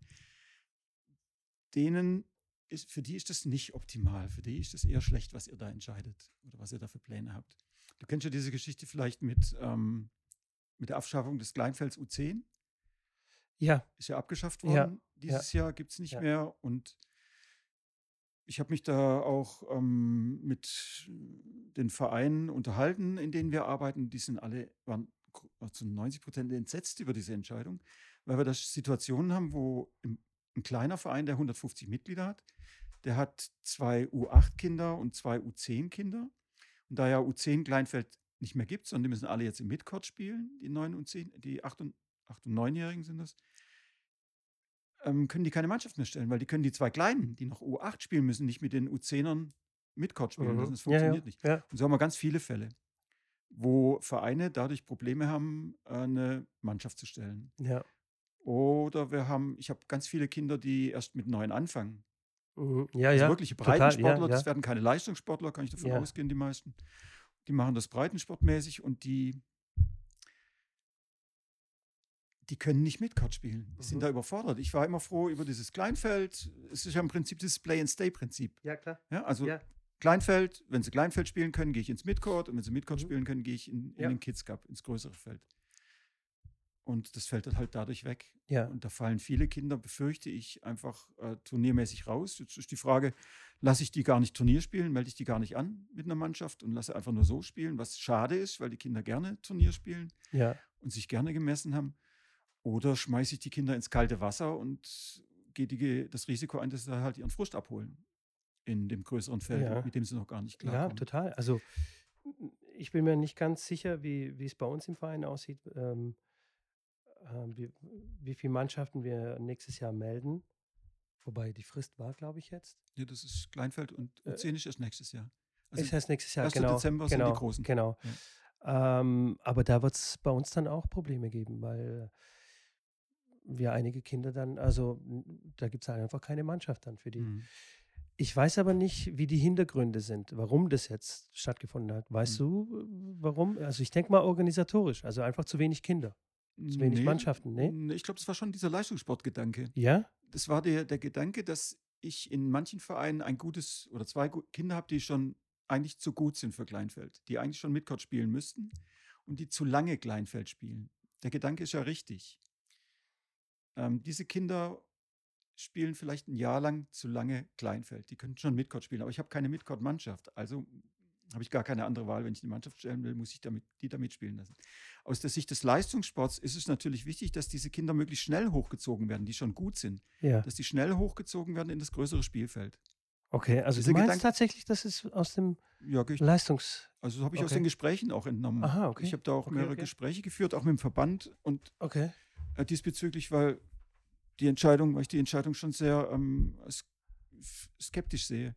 Denen ist, für die ist das nicht optimal, für die ist das eher schlecht, was ihr da entscheidet oder was ihr da für Pläne habt. Du kennst ja diese Geschichte vielleicht mit, ähm, mit der Abschaffung des Kleinfelds U zehn. Ja, Ist ja abgeschafft Ja, worden. Dieses Jahr gibt es nicht ja. mehr. Und Ich habe mich da auch ähm, mit den Vereinen unterhalten, in denen wir arbeiten. Die sind alle, waren gro- zu neunzig Prozent entsetzt über diese Entscheidung, weil wir da Situationen haben, wo im, ein kleiner Verein, der hundertfünfzig Mitglieder hat, der hat zwei U acht Kinder und zwei U zehn Kinder. Und da ja U zehn Kleinfeld nicht mehr gibt, sondern die müssen alle jetzt im Midcourt spielen, die neun und zehn, die acht und, acht und neunjährigen sind das, ähm, können die keine Mannschaft mehr stellen, weil die können die zwei Kleinen, die noch U acht spielen müssen, nicht mit den U zehnern Midcourt spielen lassen. Mhm. Das Ja, ja, funktioniert nicht. ja, Und so haben wir ganz viele Fälle, wo Vereine dadurch Probleme haben, äh, eine Mannschaft zu stellen. ja. Oder wir haben, ich habe ganz viele Kinder, die erst mit neun anfangen. Mhm. Ja, Also ja, wirkliche total, ja, Breitensportler, das ja, werden keine Leistungssportler, kann ich davon ja. ausgehen, die meisten. Die machen das breitensportmäßig und die, die können nicht Midcourt spielen. Die sind Mhm. da überfordert. Ich war immer froh über dieses Kleinfeld. Es ist ja im Prinzip das Play-and-Stay-Prinzip. Ja, klar. Ja, also Ja. Kleinfeld, wenn sie Kleinfeld spielen können, gehe ich ins Midcourt und wenn sie Midcourt Mhm. spielen können, gehe ich in, in Ja. den Kids Cup, ins größere Feld. Und das fällt dann halt dadurch weg. Ja. Und da fallen viele Kinder, befürchte ich, einfach äh, turniermäßig raus. Jetzt ist die Frage, lasse ich die gar nicht Turnier spielen, melde ich die gar nicht an mit einer Mannschaft und lasse einfach nur so spielen, was schade ist, weil die Kinder gerne Turnier spielen Ja. und sich gerne gemessen haben. Oder schmeiße ich die Kinder ins kalte Wasser und gehe die, das Risiko ein, dass sie halt ihren Frust abholen in dem größeren Feld, Ja. mit dem sie noch gar nicht Ja, klarkommen. total. Also ich bin mir nicht ganz sicher, wie, wie es bei uns im Verein aussieht, ähm, äh, wie, wie viele Mannschaften wir nächstes Jahr melden. Wobei die Frist war, glaube ich, jetzt. Ja, das ist Kleinfeld und U zehn ist erst nächstes Jahr. Also Ist erst nächstes Jahr, erster genau. Dezember sind die Genau, Großen. genau. Ähm, aber da wird es bei uns dann auch Probleme geben, weil wir einige Kinder dann, also n- da gibt es einfach keine Mannschaft dann für die. Mhm. Ich weiß aber nicht, wie die Hintergründe sind, warum das jetzt stattgefunden hat. Weißt Mhm. du, äh, warum? Also ich denke mal organisatorisch, also einfach zu wenig Kinder, zu wenig Nee, Mannschaften, ne? nee, ich glaube, das war schon dieser Leistungssportgedanke. Ja? Das war der, der Gedanke, dass ich in manchen Vereinen ein gutes oder zwei gu- Kinder habe, die schon eigentlich zu gut sind für Kleinfeld, die eigentlich schon Midcourt spielen müssten und die zu lange Kleinfeld spielen. Der Gedanke ist ja richtig. Ähm, diese Kinder spielen vielleicht ein Jahr lang zu lange Kleinfeld. Die könnten schon Midcourt spielen, aber ich habe keine Midcourt-Mannschaft. Also habe ich gar keine andere Wahl. Wenn ich eine Mannschaft stellen will, muss ich damit, die da mitspielen lassen. Aus der Sicht des Leistungssports ist es natürlich wichtig, dass diese Kinder möglichst schnell hochgezogen werden, die schon gut sind. Ja. Dass die schnell hochgezogen werden in das größere Spielfeld. Okay, also Dieser du meinst Gedanke- tatsächlich, das ist aus dem Ja, gehe ich- Leistungs... also habe ich aus Okay. den Gesprächen auch entnommen. Aha, okay. Ich habe da auch Okay, mehrere okay. Gespräche geführt, auch mit dem Verband und Okay. äh, diesbezüglich, weil die Entscheidung, weil ich die Entscheidung schon sehr ähm, s- f- skeptisch sehe.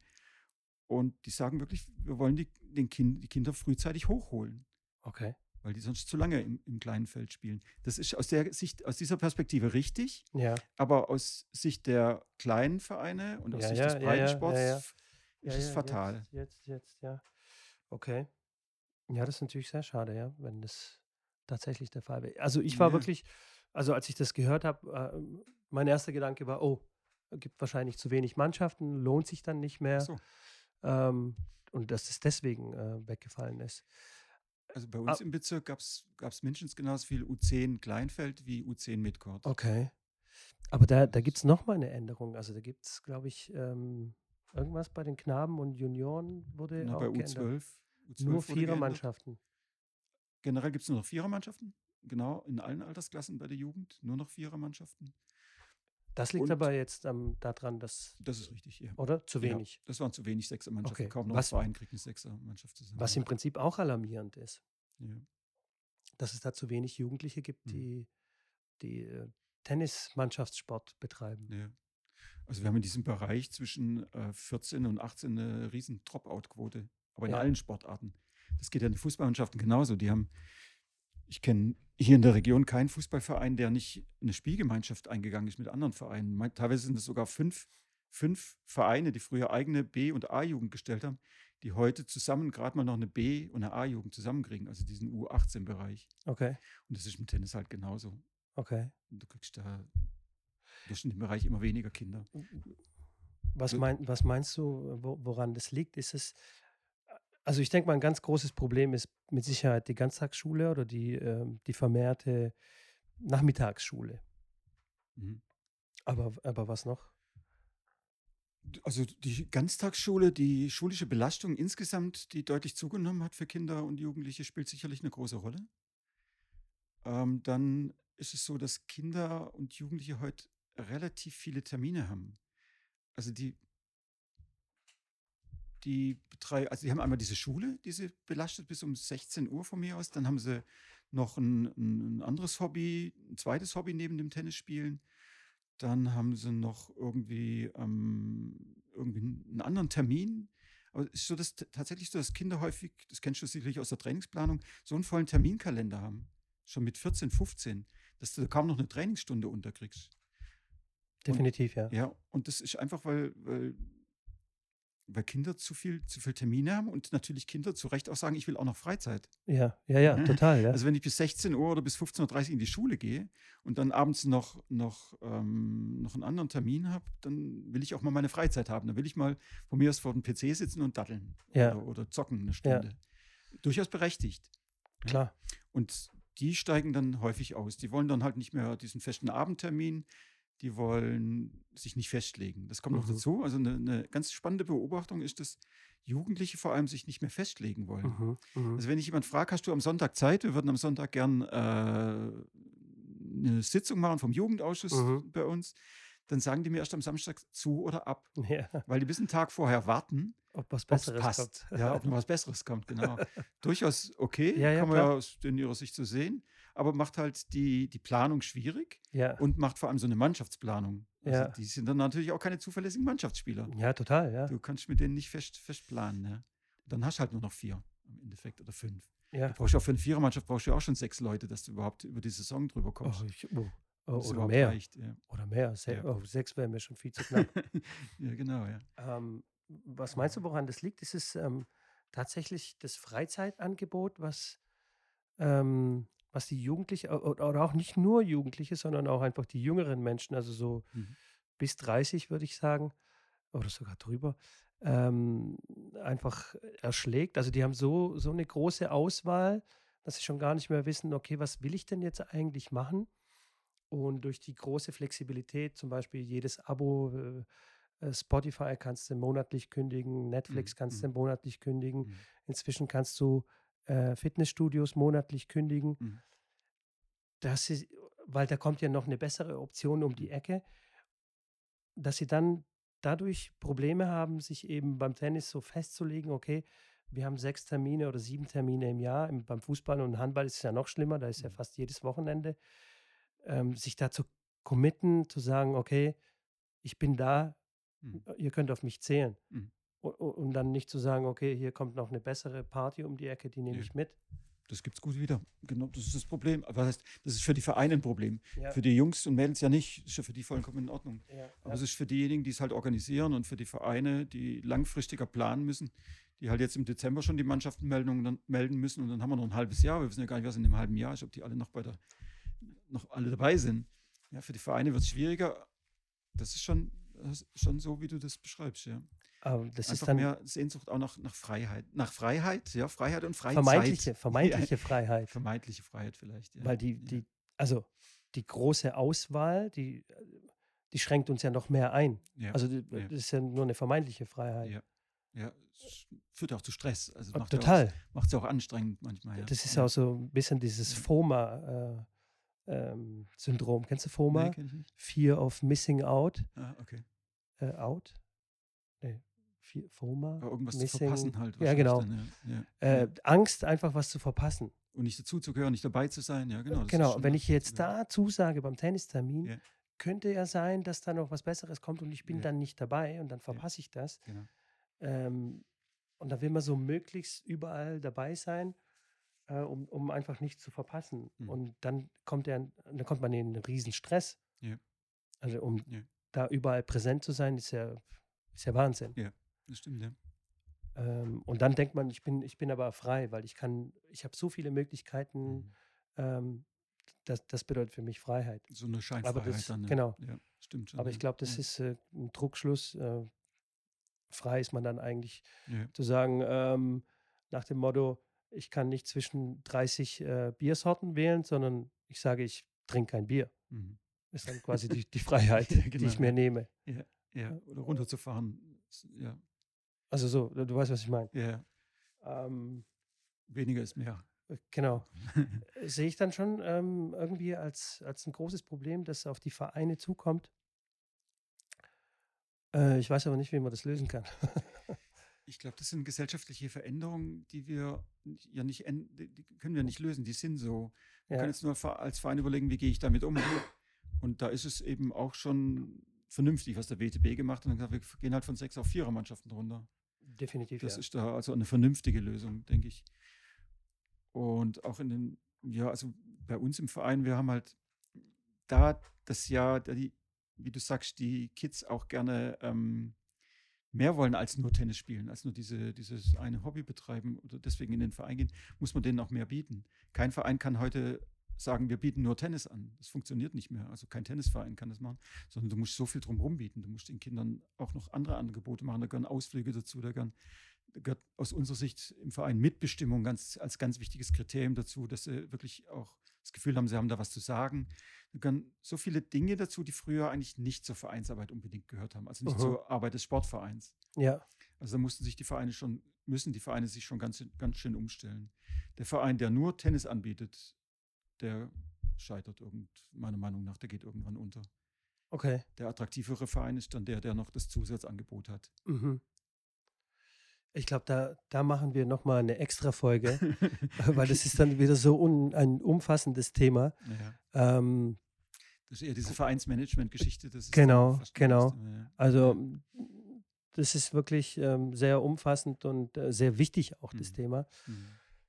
Und die sagen wirklich, wir wollen die, den kind, die Kinder frühzeitig hochholen, Okay. weil die sonst zu lange im, im kleinen Feld spielen. Das ist aus der Sicht, aus dieser Perspektive richtig, Ja. aber aus Sicht der kleinen Vereine und aus Ja, Sicht ja, des ja, ja, Breitensports ja, ja. f- Ja, ist es ja, fatal. Jetzt, jetzt, jetzt, ja. Okay. Ja, das ist natürlich sehr schade, ja, wenn das tatsächlich der Fall wäre. Also ich war Ja. wirklich, also als ich das gehört habe, äh, mein erster Gedanke war, oh, es gibt wahrscheinlich zu wenig Mannschaften, lohnt sich dann nicht mehr. Ach so. Ähm, und dass es deswegen äh, weggefallen ist. Also bei uns Ah. im Bezirk gab es mindestens genauso viel U zehn Kleinfeld wie U zehn Midcourt. Okay. Aber da, da gibt es nochmal eine Änderung. Also da gibt es, glaube ich, ähm, irgendwas bei den Knaben und Junioren wurde Na, auch bei U geändert. zwölf. U zwölf Nur wurde geändert. Vierermannschaften. Generell gibt es nur noch Vierermannschaften. Genau, in allen Altersklassen bei der Jugend. Nur noch Vierermannschaften. Das liegt Und- aber jetzt ähm, daran, dass, Das ist richtig, ja. oder? Zu Ja, wenig. das waren zu wenig Sechsermannschaften. Okay. Kaum noch Was- ein Verein kriegt eine Sechsermannschaft zusammen. Was im Prinzip auch alarmierend ist, ja. dass es da zu wenig Jugendliche gibt, Mhm. die, die äh, Tennismannschaftssport betreiben. Ja. Also wir haben in diesem Bereich zwischen äh, vierzehn und achtzehn eine riesen Dropout-Quote. Aber in Ja. allen Sportarten. Das geht ja in den Fußballmannschaften genauso. Die haben, ich kenne hier in der Region keinen Fußballverein, der nicht eine Spielgemeinschaft eingegangen ist mit anderen Vereinen. Mein- Teilweise sind es sogar fünf, fünf Vereine, die früher eigene B- und A-Jugend gestellt haben, die heute zusammen gerade mal noch eine B- und eine A-Jugend zusammenkriegen, also diesen U achtzehn-Bereich. Okay, Und das ist im Tennis halt genauso. okay. Und du kriegst da durch den Bereich immer weniger Kinder. Was, So- mein, was meinst du, wo, woran das liegt? Ist es, also ich denke mal, ein ganz großes Problem ist mit Sicherheit die Ganztagsschule oder die, ähm, die vermehrte Nachmittagsschule. Mhm. Aber, aber was noch? Also die Ganztagsschule, die schulische Belastung insgesamt, die deutlich zugenommen hat für Kinder und Jugendliche, spielt sicherlich eine große Rolle. Ähm, dann ist es so, dass Kinder und Jugendliche heute relativ viele Termine haben. Also die, die betreiben, also die haben einmal diese Schule, die sie belastet bis um sechzehn Uhr von mir aus. Dann haben sie noch ein, ein, ein anderes Hobby, ein zweites Hobby neben dem Tennisspielen. Dann haben sie noch irgendwie, ähm, irgendwie einen anderen Termin. Aber es ist so, dass t- tatsächlich so, dass Kinder häufig, das kennst du sicherlich aus der Trainingsplanung, so einen vollen Terminkalender haben. Schon mit vierzehn, fünfzehn, dass du kaum noch eine Trainingsstunde unterkriegst. Und Definitiv, ja. ja, und das ist einfach, weil, weil, weil Kinder zu viel, zu viel Termine haben und natürlich Kinder zu Recht auch sagen, ich will auch noch Freizeit. Ja, ja, ja, total, ja. Also wenn ich bis sechzehn Uhr oder bis fünfzehn Uhr dreißig in die Schule gehe und dann abends noch, noch, ähm, noch einen anderen Termin habe, dann will ich auch mal meine Freizeit haben. Dann will ich mal von mir aus vor dem P C sitzen und daddeln Ja, oder, oder zocken eine ja, Stunde. Durchaus berechtigt. Ja? klar. Und die steigen dann häufig aus. Die wollen dann halt nicht mehr diesen festen Abendtermin. Die wollen sich nicht festlegen. Das kommt noch Mhm, dazu. Also eine, eine ganz spannende Beobachtung ist, dass Jugendliche vor allem sich nicht mehr festlegen wollen. mhm, mhm. Also wenn ich jemand frage, hast du am Sonntag Zeit? Wir würden am Sonntag gern äh, eine Sitzung machen vom Jugendausschuss Mhm. bei uns. Dann sagen die mir erst am Samstag zu oder ab. Ja, Weil die bis einen Tag vorher warten, ob was ob es Besseres passt. kommt. Ja, ob noch was Besseres kommt, genau. Durchaus okay, Ja, ja, kann man klar. ja aus in ihrer Sicht so sehen, aber macht halt die, die Planung schwierig Ja, und macht vor allem so eine Mannschaftsplanung. Also ja, die sind dann natürlich auch keine zuverlässigen Mannschaftsspieler. ja, total, ja, Du kannst mit denen nicht fest, fest planen. Ne? Und dann hast du halt nur noch vier im Endeffekt oder fünf. Du ja. brauchst ja auch für eine Vierermannschaft brauchst du ja auch schon sechs Leute, dass du überhaupt über die Saison drüber Oh, kommst. ich, oh, oh, Und das oder überhaupt mehr, reicht. Ja, oder mehr. Se ja. oh, sechs wäre mir schon viel zu knapp. Ja, genau, ja. Ähm, was meinst du, woran das liegt? Ist es ähm, tatsächlich das Freizeitangebot, was, ähm, was die Jugendliche, o- o- oder auch nicht nur Jugendliche, sondern auch einfach die jüngeren Menschen, also so Mhm. bis dreißig, würde ich sagen, oder sogar drüber, ähm, einfach erschlägt. Also die haben so, so eine große Auswahl, dass sie schon gar nicht mehr wissen, okay, was will ich denn jetzt eigentlich machen? Und durch die große Flexibilität, zum Beispiel jedes Abo, äh, äh, Spotify kannst du monatlich kündigen, Netflix Mhm. kannst du Mhm. monatlich kündigen, Mhm. inzwischen kannst du äh, Fitnessstudios monatlich kündigen. Mhm. Das ist, weil da kommt ja noch eine bessere Option um die Mhm. Ecke, dass sie dann dadurch Probleme haben, sich eben beim Tennis so festzulegen, okay, wir haben sechs Termine oder sieben Termine im Jahr. Im, beim Fußball und Handball ist es ja noch schlimmer, da ist ja Mhm. fast jedes Wochenende. Ähm, sich da zu committen, zu sagen, okay, ich bin da, Mhm. ihr könnt auf mich zählen. Mhm. U- u- Und dann nicht zu sagen, okay, hier kommt noch eine bessere Party um die Ecke, die nehme Ja. ich mit. Das gibt's gut wieder. Genau, das ist das Problem. Aber das heißt, das ist für die Vereine ein Problem. Ja, Für die Jungs und Mädels ja nicht. Das ist ja für die vollkommen in Ordnung. ja, Aber ja. es ist für diejenigen, die es halt organisieren und für die Vereine, die langfristiger planen müssen, die halt jetzt im Dezember schon die Mannschaften melden, und dann, melden müssen und dann haben wir noch ein halbes Jahr. Wir wissen ja gar nicht, was in dem halben Jahr ist, ob die alle noch bei der, noch alle dabei sind. Ja, für die Vereine wird es schwieriger. Das ist schon, das ist schon so, wie du das beschreibst, ja. Aber das ist Einfach dann mehr Sehnsucht auch nach, nach Freiheit. Nach Freiheit, ja, Freiheit und Freizeit. vermeintliche, Ja, vermeintliche Freiheit. vermeintliche Freiheit vielleicht, ja. Weil die, Ja, die, also die große Auswahl, die, die schränkt uns ja noch mehr ein. ja, Also die, ja, das ist ja nur eine vermeintliche Freiheit. ja. Ja, es führt auch zu Stress. Also Äh, macht ja auch, Total. macht ja auch anstrengend manchmal, ja. Das ist Ja. auch so ein bisschen dieses Ja. FOMA-Syndrom. Kennst du Nee, FOMA? kenne ich nicht. Fear of Missing Out. Ah, okay. Äh, out? Nee. Fear, FOMA? Aber irgendwas zu Missing. verpassen halt Ja, wahrscheinlich genau. dann, ja. Ja. Äh, Ja. Angst, einfach was zu verpassen. Und nicht dazuzugehören, nicht dabei zu sein, ja, genau. Das ist Genau. schon Wenn ich jetzt dazugehören. da zusage beim Tennistermin, Ja, könnte ja sein, dass da noch was Besseres kommt und ich bin ja, dann nicht dabei und dann ja, verpasse ich das. genau. Ähm, und da will man so möglichst überall dabei sein, äh, um, um einfach nichts zu verpassen. Mhm. Und dann kommt der, dann kommt man in einen riesen Stress. Ja, Also um ja, da überall präsent zu sein, ist ja, ist ja Wahnsinn. ja, das stimmt, ja. Ähm, und dann denkt man, ich bin, ich bin aber frei, weil ich kann, ich habe so viele Möglichkeiten. Mhm. Ähm, das, das bedeutet für mich Freiheit. So eine Aber Scheinfreiheit das, dann, ja. genau. Ja, stimmt schon, Aber ich ja. glaube, das Ja, ist äh, ein Trugschluss. Äh, frei ist man dann eigentlich ja, zu sagen, ähm, nach dem Motto, ich kann nicht zwischen dreißig äh, Biersorten wählen, sondern ich sage, ich trinke kein Bier. mhm. Ist dann quasi die, die Freiheit, Ja, die genau, ich mir ja. nehme. Ja, Ja, oder runterzufahren. Ja. Also so, du weißt, was ich meine. Ja. Ähm, Weniger ist mehr. Genau. Sehe ich dann schon ähm, irgendwie als, als ein großes Problem, das auf die Vereine zukommt. Äh, ich weiß aber nicht, wie man das lösen kann. Ich glaube, das sind gesellschaftliche Veränderungen, die wir ja nicht, die können wir nicht lösen, die sind so. Wir Ja. können jetzt nur als Verein überlegen, wie gehe ich damit um. Und da ist es eben auch schon vernünftig, was der W T B gemacht hat. Und gesagt, wir gehen halt von sechs auf vierer Mannschaften runter. Definitiv, Das ja. ist da also eine vernünftige Lösung, denke ich. Und auch in den, ja, also bei uns im Verein, wir haben halt da das Jahr, die, wie du sagst, die Kids auch gerne ähm, mehr wollen als nur Tennis spielen, als nur diese, dieses eine Hobby betreiben oder deswegen in den Verein gehen, muss man denen auch mehr bieten. Kein Verein kann heute sagen, wir bieten nur Tennis an. Das funktioniert nicht mehr. Also kein Tennisverein kann das machen, sondern du musst so viel drumherum bieten. Du musst den Kindern auch noch andere Angebote machen. Da gehören Ausflüge dazu, da gehören, da gehört aus unserer Sicht im Verein Mitbestimmung ganz, als ganz wichtiges Kriterium dazu, dass sie wirklich auch das Gefühl haben, sie haben da was zu sagen. Da gehören so viele Dinge dazu, die früher eigentlich nicht zur Vereinsarbeit unbedingt gehört haben, also nicht Mhm. zur Arbeit des Sportvereins. Ja. Also da mussten sich die Vereine schon, müssen die Vereine sich schon ganz, ganz schön umstellen. Der Verein, der nur Tennis anbietet, der scheitert irgend, meiner Meinung nach, der geht irgendwann unter. Okay. Der attraktivere Verein ist dann der, der noch das Zusatzangebot hat. Mhm. Ich glaube, da, da machen wir nochmal eine extra Folge, weil das ist dann wieder so un, ein umfassendes Thema. Ja. Ähm, das ist eher diese Vereinsmanagement-Geschichte. Das ist genau, fast genau. Thema, ja. Also ja. das ist wirklich ähm, sehr umfassend und äh, sehr wichtig auch, das mhm. Thema. Mhm.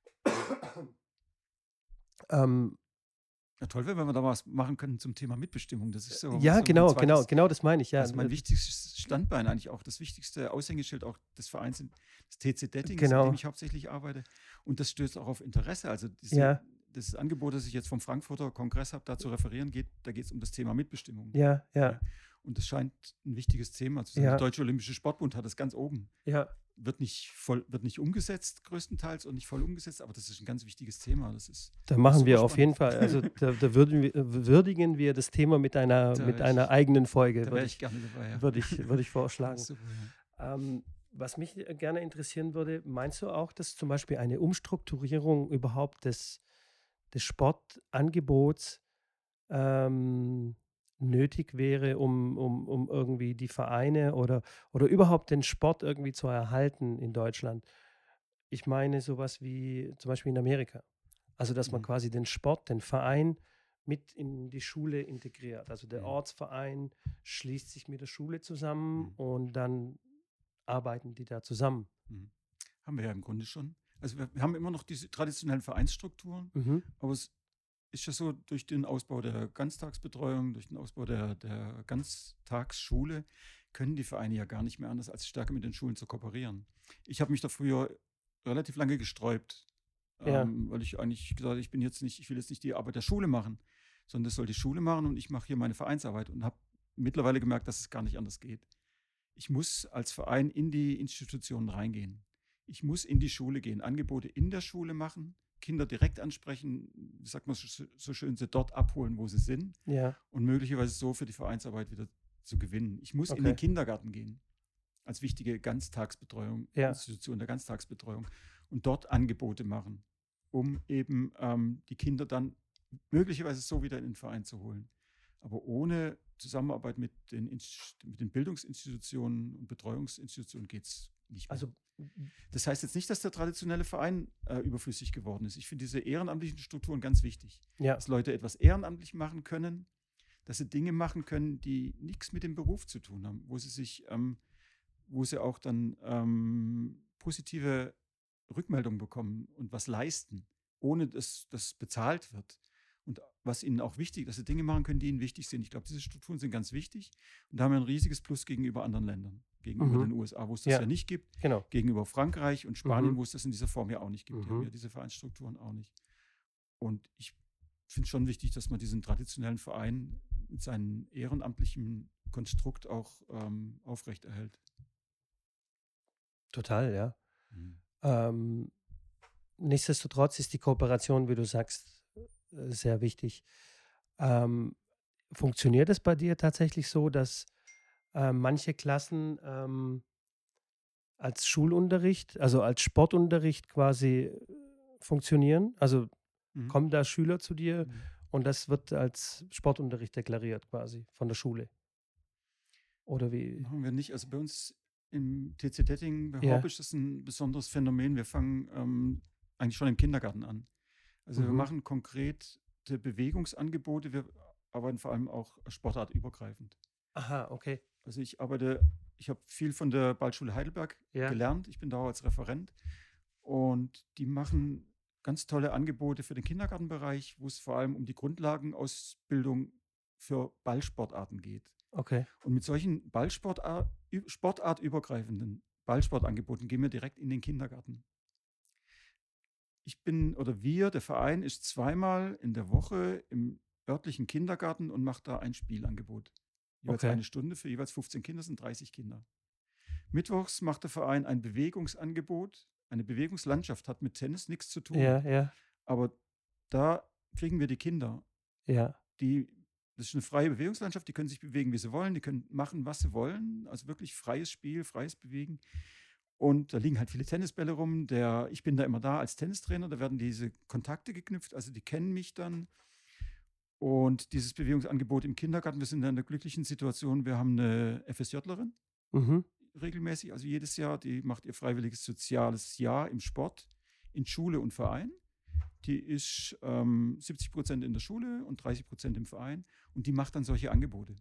ähm, Ja, toll wäre, wenn wir da was machen könnten zum Thema Mitbestimmung. Das ist so. ja, so genau, zweites, genau, genau, das meine ich. Ja. Das ist mein wichtigstes Standbein eigentlich auch, das wichtigste Aushängeschild auch des Vereins, das T C Dettings, genau. in dem ich hauptsächlich arbeite. Und das stößt auch auf Interesse. Also diese, ja. das Angebot, das ich jetzt vom Frankfurter Kongress habe, da zu referieren geht, da geht es um das Thema Mitbestimmung. Ja, ja. Und das scheint ein wichtiges Thema zu sein. Ja. Der Deutsche Olympische Sportbund hat das ganz oben. Ja. Wird nicht voll, wird nicht umgesetzt, größtenteils und nicht voll umgesetzt, aber das ist ein ganz wichtiges Thema. Das ist da machen wir auf jeden Fall, also da, da würdigen, wir, würdigen wir das Thema mit einer, mit ich, einer eigenen Folge. Da wäre ich, ich gerne dabei, ja. Würde ich, würde ich vorschlagen. Super, ja. ähm, was mich gerne interessieren würde, meinst du auch, dass zum Beispiel eine Umstrukturierung überhaupt des, des Sportangebots ähm, nötig wäre, um, um, um irgendwie die Vereine oder, oder überhaupt den Sport irgendwie zu erhalten in Deutschland? Ich meine sowas wie zum Beispiel in Amerika. Also, dass man mhm. quasi den Sport, den Verein mit in die Schule integriert. Also der mhm. Ortsverein schließt sich mit der Schule zusammen mhm. und dann arbeiten die da zusammen. Mhm. Haben wir ja im Grunde schon. Also wir, wir haben immer noch diese traditionellen Vereinsstrukturen, mhm. aber es ist ja so, durch den Ausbau der Ganztagsbetreuung, durch den Ausbau der, der Ganztagsschule, können die Vereine ja gar nicht mehr anders, als stärker mit den Schulen zu kooperieren. Ich habe mich da früher relativ lange gesträubt, ja. ähm, weil ich eigentlich gesagt habe, ich bin jetzt nicht, ich will jetzt nicht die Arbeit der Schule machen, sondern das soll die Schule machen und ich mache hier meine Vereinsarbeit und habe mittlerweile gemerkt, dass es gar nicht anders geht. Ich muss als Verein in die Institutionen reingehen. Ich muss in die Schule gehen, Angebote in der Schule machen, Kinder direkt ansprechen, wie sagt man so schön, sie dort abholen, wo sie sind ja. und möglicherweise so für die Vereinsarbeit wieder zu gewinnen. Ich muss okay. in den Kindergarten gehen, als wichtige Ganztagsbetreuung, ja. Institution der Ganztagsbetreuung und dort Angebote machen, um eben ähm, die Kinder dann möglicherweise so wieder in den Verein zu holen. Aber ohne Zusammenarbeit mit den, mit den Bildungsinstitutionen und Betreuungsinstitutionen geht es nicht mehr. Also, das heißt jetzt nicht, dass der traditionelle Verein äh, überflüssig geworden ist. Ich finde diese ehrenamtlichen Strukturen ganz wichtig. Ja. Dass Leute etwas ehrenamtlich machen können, dass sie Dinge machen können, die nichts mit dem Beruf zu tun haben, wo sie sich, ähm, wo sie auch dann ähm, positive Rückmeldungen bekommen und was leisten, ohne dass das bezahlt wird. Und was ihnen auch wichtig ist, dass sie Dinge machen können, die ihnen wichtig sind. Ich glaube, diese Strukturen sind ganz wichtig. Und da haben wir ein riesiges Plus gegenüber anderen Ländern. Gegenüber mhm. den U S A, wo es das ja, ja nicht gibt. Genau. Gegenüber Frankreich und Spanien, mhm. wo es das in dieser Form ja auch nicht gibt. Mhm. Die haben ja diese Vereinsstrukturen auch nicht. Und ich finde es schon wichtig, dass man diesen traditionellen Verein mit seinem ehrenamtlichen Konstrukt auch ähm, aufrechterhält. Total, ja. Mhm. Ähm, nichtsdestotrotz ist die Kooperation, wie du sagst, sehr wichtig. Ähm, funktioniert es bei dir tatsächlich so, dass äh, manche Klassen ähm, als Schulunterricht, also als Sportunterricht quasi äh, funktionieren. Also Mhm. kommen da Schüler zu dir Mhm. und das wird als Sportunterricht deklariert quasi von der Schule. Oder wie? Machen wir nicht. Also bei uns im T C Detting, bei Ja. Horbisch, ist das ein besonderes Phänomen. Wir fangen ähm, eigentlich schon im Kindergarten an. Also wir Mhm. machen konkrete Bewegungsangebote. Wir arbeiten vor allem auch sportartübergreifend. Aha, okay. Also ich arbeite, ich habe viel von der Ballschule Heidelberg Ja. gelernt. Ich bin da auch als Referent. Und die machen ganz tolle Angebote für den Kindergartenbereich, wo es vor allem um die Grundlagenausbildung für Ballsportarten geht. Okay. Und mit solchen Ballsportart, sportartübergreifenden Ballsportangeboten gehen wir direkt in den Kindergarten. Ich bin oder wir, der Verein, ist zweimal in der Woche im örtlichen Kindergarten und macht da ein Spielangebot. Jeweils Okay. eine Stunde für jeweils fünfzehn Kinder, sind dreißig Kinder. Mittwochs macht der Verein ein Bewegungsangebot. Eine Bewegungslandschaft hat mit Tennis nichts zu tun. Ja, ja, Aber da kriegen wir die Kinder, ja. die, das ist eine freie Bewegungslandschaft, die können sich bewegen, wie sie wollen, die können machen, was sie wollen. Also wirklich freies Spiel, freies Bewegen. Und da liegen halt viele Tennisbälle rum. Der, ich bin da immer da als Tennistrainer, da werden diese Kontakte geknüpft, also die kennen mich dann. Und dieses Bewegungsangebot im Kindergarten, wir sind in einer glücklichen Situation, wir haben eine FSJlerin Mhm. regelmäßig, also jedes Jahr, die macht ihr freiwilliges soziales Jahr im Sport, in Schule und Verein. Die ist ähm, siebzig Prozent in der Schule und dreißig Prozent im Verein und die macht dann solche Angebote.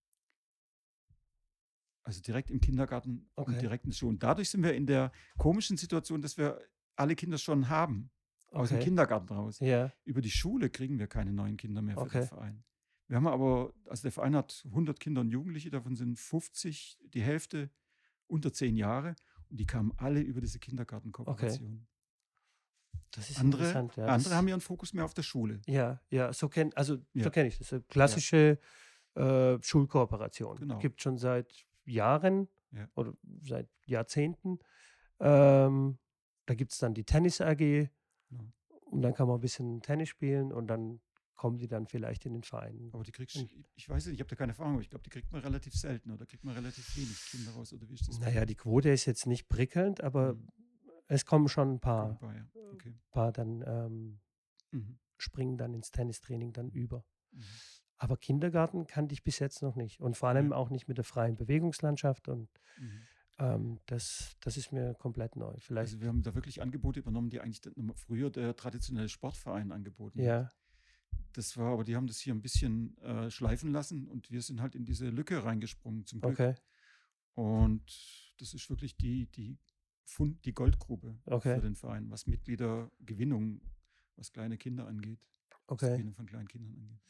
Also direkt im Kindergarten und Okay. direkt in der Schule. Und dadurch sind wir in der komischen Situation, dass wir alle Kinder schon haben, aus dem Okay. Kindergarten raus. Ja. Über die Schule kriegen wir keine neuen Kinder mehr für den Okay. Verein. Wir haben aber, also der Verein hat hundert Kinder und Jugendliche, davon sind fünfzig, die Hälfte unter zehn Jahre und die kamen alle über diese Kindergartenkooperation. Das ist Andere, interessant, ja. andere Das, haben ihren Fokus mehr auf der Schule. ja, ja, so kenn, also so Ja, kenne ich das. So klassische äh, Schulkooperation. genau. Gibt schon seit Jahren Ja. oder seit Jahrzehnten. Ähm, da gibt es dann die Tennis-A G Genau. und dann kann man ein bisschen Tennis spielen und dann kommen die dann vielleicht in den Verein. Aber die kriegst Und- ich, ich weiß nicht, ich habe da keine Erfahrung, aber ich glaube, die kriegt man relativ selten oder kriegt man relativ wenig Kinder raus oder wie ist das? Naja, die Quote ist jetzt nicht prickelnd, aber Mhm. es kommen schon ein Kommt paar, ein paar, ja. Okay. paar dann ähm, Mhm. springen dann ins Tennistraining dann über. Mhm. Aber Kindergarten kannte ich bis jetzt noch nicht. Und vor allem Ja. auch nicht mit der freien Bewegungslandschaft. Und Mhm. ähm, das, das ist mir komplett neu. Vielleicht, Also wir haben da wirklich Angebote übernommen, die eigentlich dann früher der traditionelle Sportverein angeboten hat. ja, Das war, aber die haben das hier ein bisschen äh, schleifen lassen und wir sind halt in diese Lücke reingesprungen, zum Glück. okay, Und das ist wirklich die, die, Fund, die Goldgrube Okay. für den Verein, was Mitgliedergewinnung, was kleine Kinder angeht, was die okay. Gewinnung von kleinen Kindern angeht.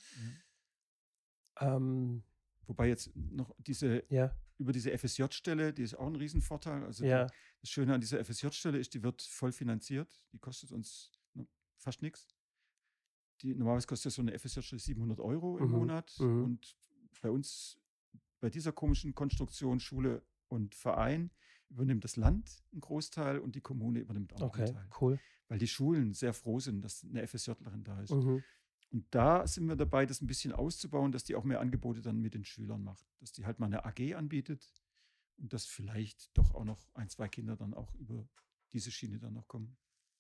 Ja. Ähm, Wobei jetzt noch diese, ja, über diese F S J-Stelle, die ist auch ein Riesenvorteil. Also ja, die, das Schöne an dieser F S J-Stelle ist, die wird voll finanziert. Die kostet uns ne, fast nichts. Die, normalerweise kostet so eine F S J-Stelle siebenhundert Euro im Mhm, Monat. mhm. Und bei uns, bei dieser komischen Konstruktion Schule und Verein, übernimmt das Land einen Großteil und die Kommune übernimmt auch okay, einen Teil. cool. Weil die Schulen sehr froh sind, dass eine FSJlerin da ist. Mhm. Und da sind wir dabei, das ein bisschen auszubauen, dass die auch mehr Angebote dann mit den Schülern macht. Dass die halt mal eine A G anbietet und dass vielleicht doch auch noch ein, zwei Kinder dann auch über diese Schiene dann noch kommen.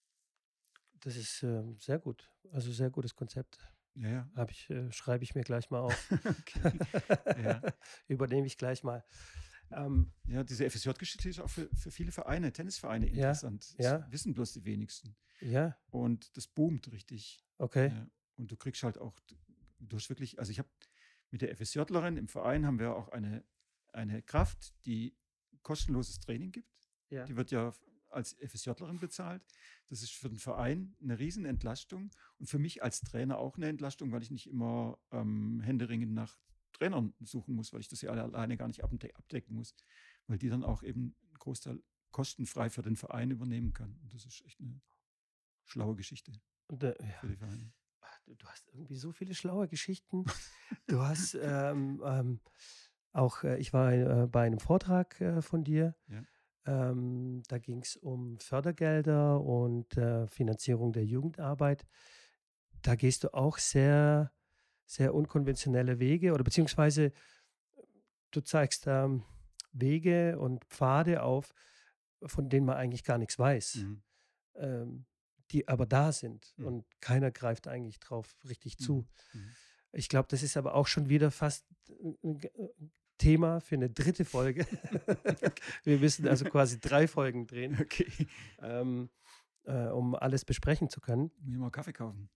Das ist ähm, sehr gut. Also sehr gutes Konzept. Ja, ja. Hab ich, äh, schreibe ich mir gleich mal auf. Okay. Ja. Übernehme ich gleich mal. Ähm, Ja, diese F S J-Geschichte ist auch für, für viele Vereine, Tennisvereine Ja, interessant. ja. Das wissen bloß die wenigsten. ja, Und das boomt richtig. okay. Ja. Und du kriegst halt auch, du hast wirklich, also ich habe mit der FSJlerin im Verein haben wir auch eine, eine Kraft, die kostenloses Training gibt. Ja. Die wird ja als FSJlerin bezahlt. Das ist für den Verein eine Riesenentlastung und für mich als Trainer auch eine Entlastung, weil ich nicht immer ähm, händeringend nach Trainern suchen muss, weil ich das ja alle alleine gar nicht abde- abdecken muss, weil die dann auch eben einen Großteil kostenfrei für den Verein übernehmen kann. Und das ist echt eine schlaue Geschichte Und, äh, für ja. die Vereine. Ach, Du, du hast irgendwie so viele schlaue Geschichten. Du hast ähm, ähm, auch, äh, ich war äh, bei einem Vortrag äh, von dir. Ja. Ähm, da ging es um Fördergelder und äh, Finanzierung der Jugendarbeit. Da gehst du auch sehr, sehr unkonventionelle Wege oder beziehungsweise du zeigst da Wege und Pfade auf, von denen man eigentlich gar nichts weiß, Mhm. ähm, die aber da sind Mhm. und keiner greift eigentlich drauf richtig zu. Mhm. Mhm. Ich glaube, das ist aber auch schon wieder fast ein G- äh, Thema für eine dritte Folge. Wir müssen also quasi drei Folgen drehen, Okay. ähm, äh, um alles besprechen zu können. Muss ich mal Kaffee kaufen.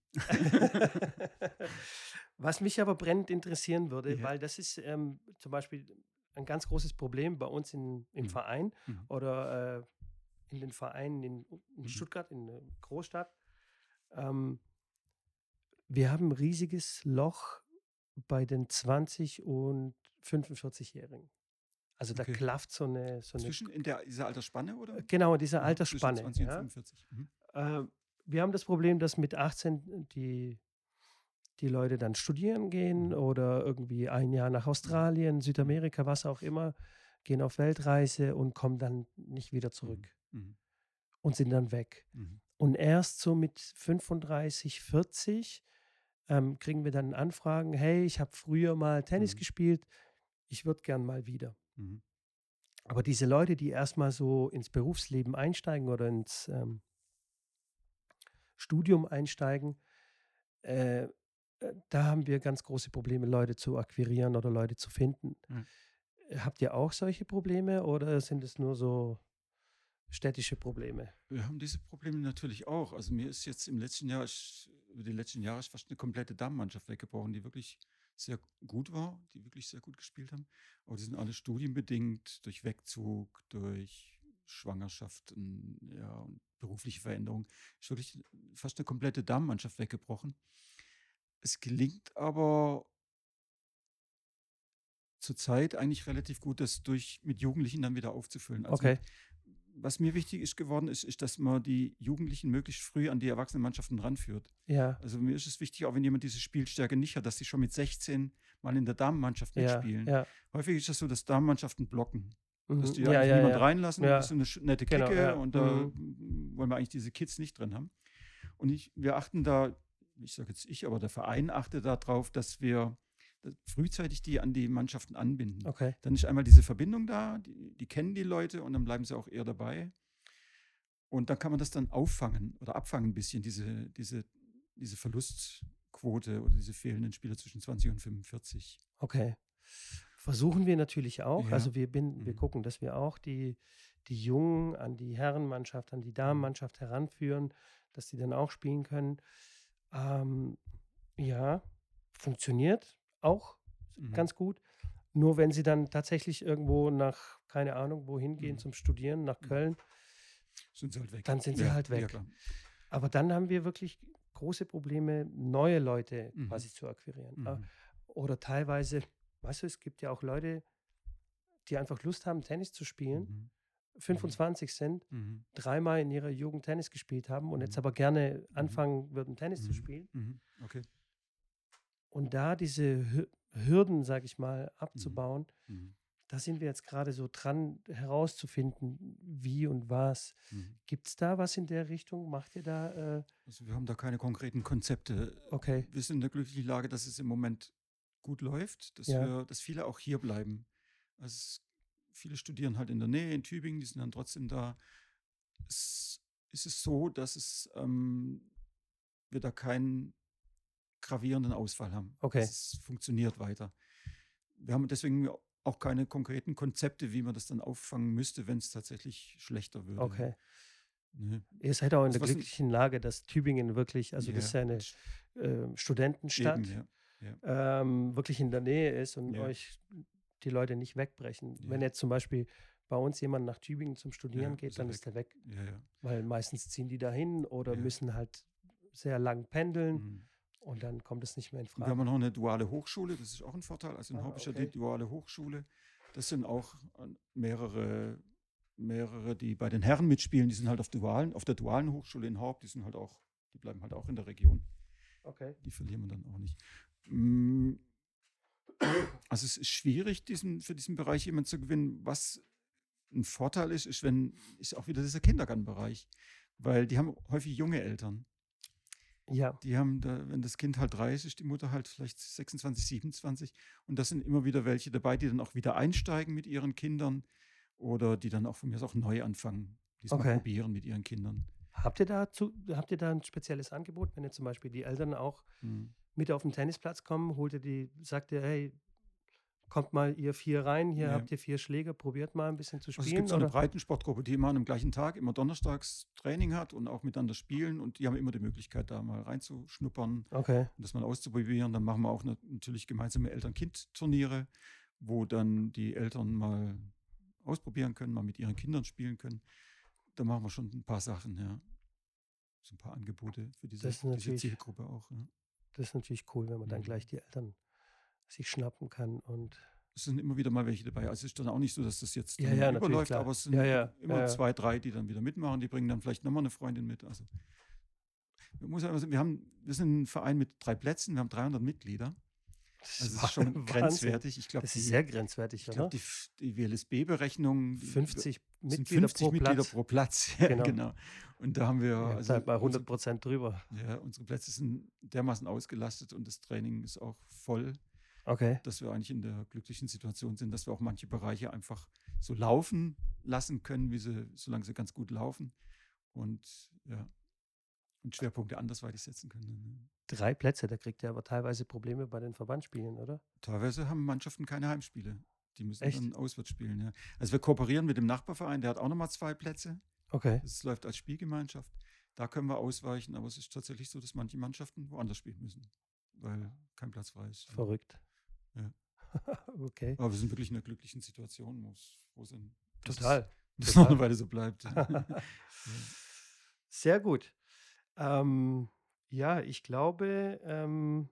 Was mich aber brennend interessieren würde, Ja. weil das ist ähm, zum Beispiel ein ganz großes Problem bei uns in, im Mhm. Verein Mhm. oder äh, in den Vereinen in, in Mhm. Stuttgart, in der Großstadt. Ähm, wir haben ein riesiges Loch bei den zwanzig- und fünfundvierzig-Jährigen. Also da Okay. klafft so eine, so eine, Zwischen in der, dieser Altersspanne, oder? äh, genau, diese Mhm. Zwischen Altersspanne. zwanzig und Ja? fünfundvierzig. Mhm. Äh, wir haben das Problem, dass mit achtzehn die, die Leute dann studieren gehen Mhm. oder irgendwie ein Jahr nach Mhm. Australien, Südamerika, was auch immer, gehen auf Weltreise und kommen dann nicht wieder zurück Mhm. Mhm. und sind dann weg. Mhm. Und erst so mit fünfunddreißig, vierzig ähm, kriegen wir dann Anfragen, hey, ich habe früher mal Tennis Mhm. gespielt, ich würde gern mal wieder. Mhm. Aber diese Leute, die erstmal so ins Berufsleben einsteigen oder ins ähm, Studium einsteigen, äh, äh, da haben wir ganz große Probleme, Leute zu akquirieren oder Leute zu finden. Mhm. Äh, Habt ihr auch solche Probleme oder sind es nur so städtische Probleme? Wir haben diese Probleme natürlich auch. Also mir ist jetzt im letzten Jahr, ich, über die letzten Jahre ist fast eine komplette Damenmannschaft weggebrochen, die wirklich sehr gut war, die wirklich sehr gut gespielt haben. Aber die sind alle studienbedingt, durch Wegzug, durch Schwangerschaften, ja, und berufliche Veränderungen. Ist wirklich fast eine komplette Damenmannschaft weggebrochen. Es gelingt aber zurzeit eigentlich relativ gut, das durch mit Jugendlichen dann wieder aufzufüllen. Also mit, Okay, was mir wichtig ist geworden ist, ist, dass man die Jugendlichen möglichst früh an die Erwachsenenmannschaften ranführt. ja, Also mir ist es wichtig, auch wenn jemand diese Spielstärke nicht hat, dass sie schon mit sechzehn mal in der Damenmannschaft ja, mitspielen. ja, Häufig ist das so, dass Damenmannschaften blocken. Dass mhm, die ja, eigentlich ja, niemand ja, reinlassen, das ist so ja, eine sch- nette genau, Clique ja, und da mhm, mm, wollen wir eigentlich diese Kids nicht drin haben. Und ich, wir achten da, ich sage jetzt ich, aber der Verein achtet darauf, dass wir dass frühzeitig die an die Mannschaften anbinden. okay, Dann ist einmal diese Verbindung da, die, die kennen die Leute und dann bleiben sie auch eher dabei. Und dann kann man das dann auffangen oder abfangen ein bisschen, diese, diese, diese Verlustquote oder diese fehlenden Spieler zwischen zwanzig und fünfundvierzig. okay. Versuchen wir natürlich auch. Ja. Also wir, bin, wir Mhm. gucken, dass wir auch die, die Jungen an die Herrenmannschaft, an die Mhm. Damenmannschaft heranführen, dass die dann auch spielen können. Ähm, ja, funktioniert auch Mhm. ganz gut. Nur wenn sie dann tatsächlich irgendwo nach, keine Ahnung, wohin gehen Mhm. zum Studieren, nach Mhm. Köln, Sind sie halt weg. dann sind sie Ja, halt ja weg. klar. Aber dann haben wir wirklich große Probleme, neue Leute Mhm. quasi zu akquirieren. Äh, Mhm. Oder teilweise, weißt du, es gibt ja auch Leute, die einfach Lust haben, Tennis zu spielen, Mhm. fünfundzwanzig sind, Mhm. dreimal in ihrer Jugend Tennis gespielt haben und jetzt Mhm. aber gerne Mhm. anfangen würden, Tennis zu Mhm. spielen. Mhm. Okay. Und da diese Hü- Hürden, sag ich mal, Mhm. abzubauen, Mhm. da sind wir jetzt gerade so dran, herauszufinden, wie und was. Mhm. Gibt es da was in der Richtung? Macht ihr da? Äh, Also wir haben da keine konkreten Konzepte. okay, Wir sind in der glücklichen Lage, dass es im Moment gut läuft, dass ja, wir, dass viele auch hier bleiben. Also es, viele studieren halt in der Nähe in Tübingen, die sind dann trotzdem da. Es ist es so, dass es ähm, wir da keinen gravierenden Ausfall haben. okay, Es funktioniert weiter. Wir haben deswegen auch keine konkreten Konzepte, wie man das dann auffangen müsste, wenn es tatsächlich schlechter würde. okay. Ne? Ihr seid auch in Also der was ein, glücklichen Lage, dass Tübingen wirklich, also das ist ja, ja eine sch- äh, eben, Studentenstadt, ja, ja, ähm, wirklich in der Nähe ist und ja, euch die Leute nicht wegbrechen. Wenn ja, jetzt zum Beispiel bei uns jemand nach Tübingen zum Studieren ja, geht, ist er dann weg. ist er weg, Ja, ja, weil meistens ziehen die dahin oder ja. müssen halt sehr lang pendeln Mhm. und dann kommt es nicht mehr in Und wir haben Frage. noch eine duale Hochschule, das ist auch ein Vorteil. Also in Ah, Haupt ist ja die okay. duale Hochschule. Das sind auch äh, mehrere, mehrere, die bei den Herren mitspielen, die sind halt auf, dualen, auf der dualen Hochschule in Haupt, die sind halt auch, die bleiben halt auch in der Region. Okay. Die verlieren wir dann auch nicht. Mm, Also es ist schwierig, diesen, für diesen Bereich jemanden zu gewinnen. Was ein Vorteil ist, ist, wenn, ist auch wieder dieser Kindergartenbereich. Weil die haben häufig junge Eltern. Ja, Die haben da, wenn das Kind halt drei ist, ist die Mutter halt vielleicht sechsundzwanzig, siebenundzwanzig. Und das sind immer wieder welche dabei, die dann auch wieder einsteigen mit ihren Kindern oder die dann auch von mir aus auch neu anfangen, die es mal okay. probieren mit ihren Kindern. Habt ihr dazu, habt ihr da ein spezielles Angebot, wenn ihr zum Beispiel die Eltern auch Hm. mit auf den Tennisplatz kommen, holt ihr die, sagt ihr, hey, kommt mal ihr vier rein, hier Ja. habt ihr vier Schläge, probiert mal ein bisschen zu Also es spielen, gibt so eine oder? Breitensportgruppe, die immer an einem gleichen Tag, immer donnerstags Training hat und auch miteinander spielen und die haben immer die Möglichkeit, da mal reinzuschnuppern Okay, und das mal auszuprobieren. Dann machen wir auch nat- natürlich gemeinsame Eltern-Kind-Turniere, wo dann die Eltern mal ausprobieren können, mal mit ihren Kindern spielen können. Da machen wir schon ein paar Sachen, ja. So ein paar Angebote für diese, das ist diese natürlich, Zielgruppe auch. Ja. das ist natürlich cool, wenn man dann Mhm. gleich die Eltern sich schnappen kann und Es sind immer wieder mal welche dabei. Also es ist dann auch nicht so, dass das jetzt ja, dann ja, natürlich, überläuft, klar. aber es sind Ja, ja, immer ja, ja. zwei, drei, die dann wieder mitmachen. Die bringen dann vielleicht nochmal eine Freundin mit. Also wir, muss aber sagen, wir, haben, wir sind ein Verein mit drei Plätzen, wir haben dreihundert Mitglieder. Das Also es Wa- ist schon Wahnsinn. grenzwertig. Ich glaube, Das ist die, sehr grenzwertig, ich glaub, oder? die, F- die W L S B-Berechnung fünfzig sind Mitglieder fünfzig pro Mitglieder Platz. pro Platz. Ja, Genau. genau. Und da haben wir, Ihr habt also halt mal unsere, hundert Prozent drüber. ja, unsere Plätze sind dermaßen ausgelastet und das Training ist auch voll, Okay. dass wir eigentlich in der glücklichen Situation sind, dass wir auch manche Bereiche einfach so laufen lassen können, wie sie, solange sie ganz gut laufen und ja, und Schwerpunkte andersweitig setzen können. Drei Plätze, da kriegt ihr aber teilweise Probleme bei den Verbandsspielen, oder? Teilweise haben Mannschaften keine Heimspiele. Die müssen Echt? dann auswärts spielen. Ja. Also wir kooperieren mit dem Nachbarverein, der hat auch nochmal zwei Plätze. Okay. Das läuft als Spielgemeinschaft. Da können wir ausweichen, aber es ist tatsächlich so, dass manche Mannschaften woanders spielen müssen, weil kein Platz frei ist. Ja. Verrückt. Ja. Okay. Aber wir sind wirklich in einer glücklichen Situation, wo es froh sind, dass Total. es noch Total. eine Weile so bleibt. Ja. Sehr gut. Ähm, ja, ich glaube, ähm,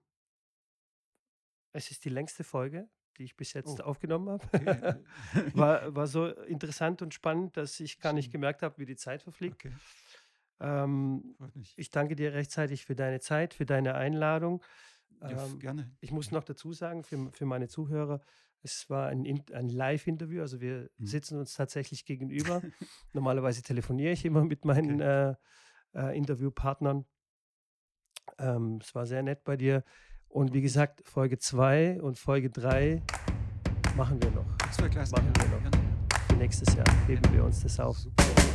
es ist die längste Folge, die ich bis jetzt Oh, aufgenommen habe. okay. War, war so interessant und spannend, dass ich gar nicht Schön. gemerkt habe, wie die Zeit verfliegt. Okay, Ähm, freut mich. ich danke dir rechtzeitig für deine Zeit, für deine Einladung. Ja, f- Ähm, gerne. ich muss noch dazu sagen, für, für meine Zuhörer, es war ein, In- ein Live-Interview, also wir Mhm. sitzen uns tatsächlich gegenüber. Normalerweise telefoniere ich immer mit meinen äh, äh, Interviewpartnern. Ähm, es war sehr nett bei dir. Und wie Freut mich. gesagt, Folge zwei und Folge drei machen wir noch. Das wäre klasse. Machen Ja, wir noch. gerne. Für nächstes Jahr heben wir uns das auf. Super.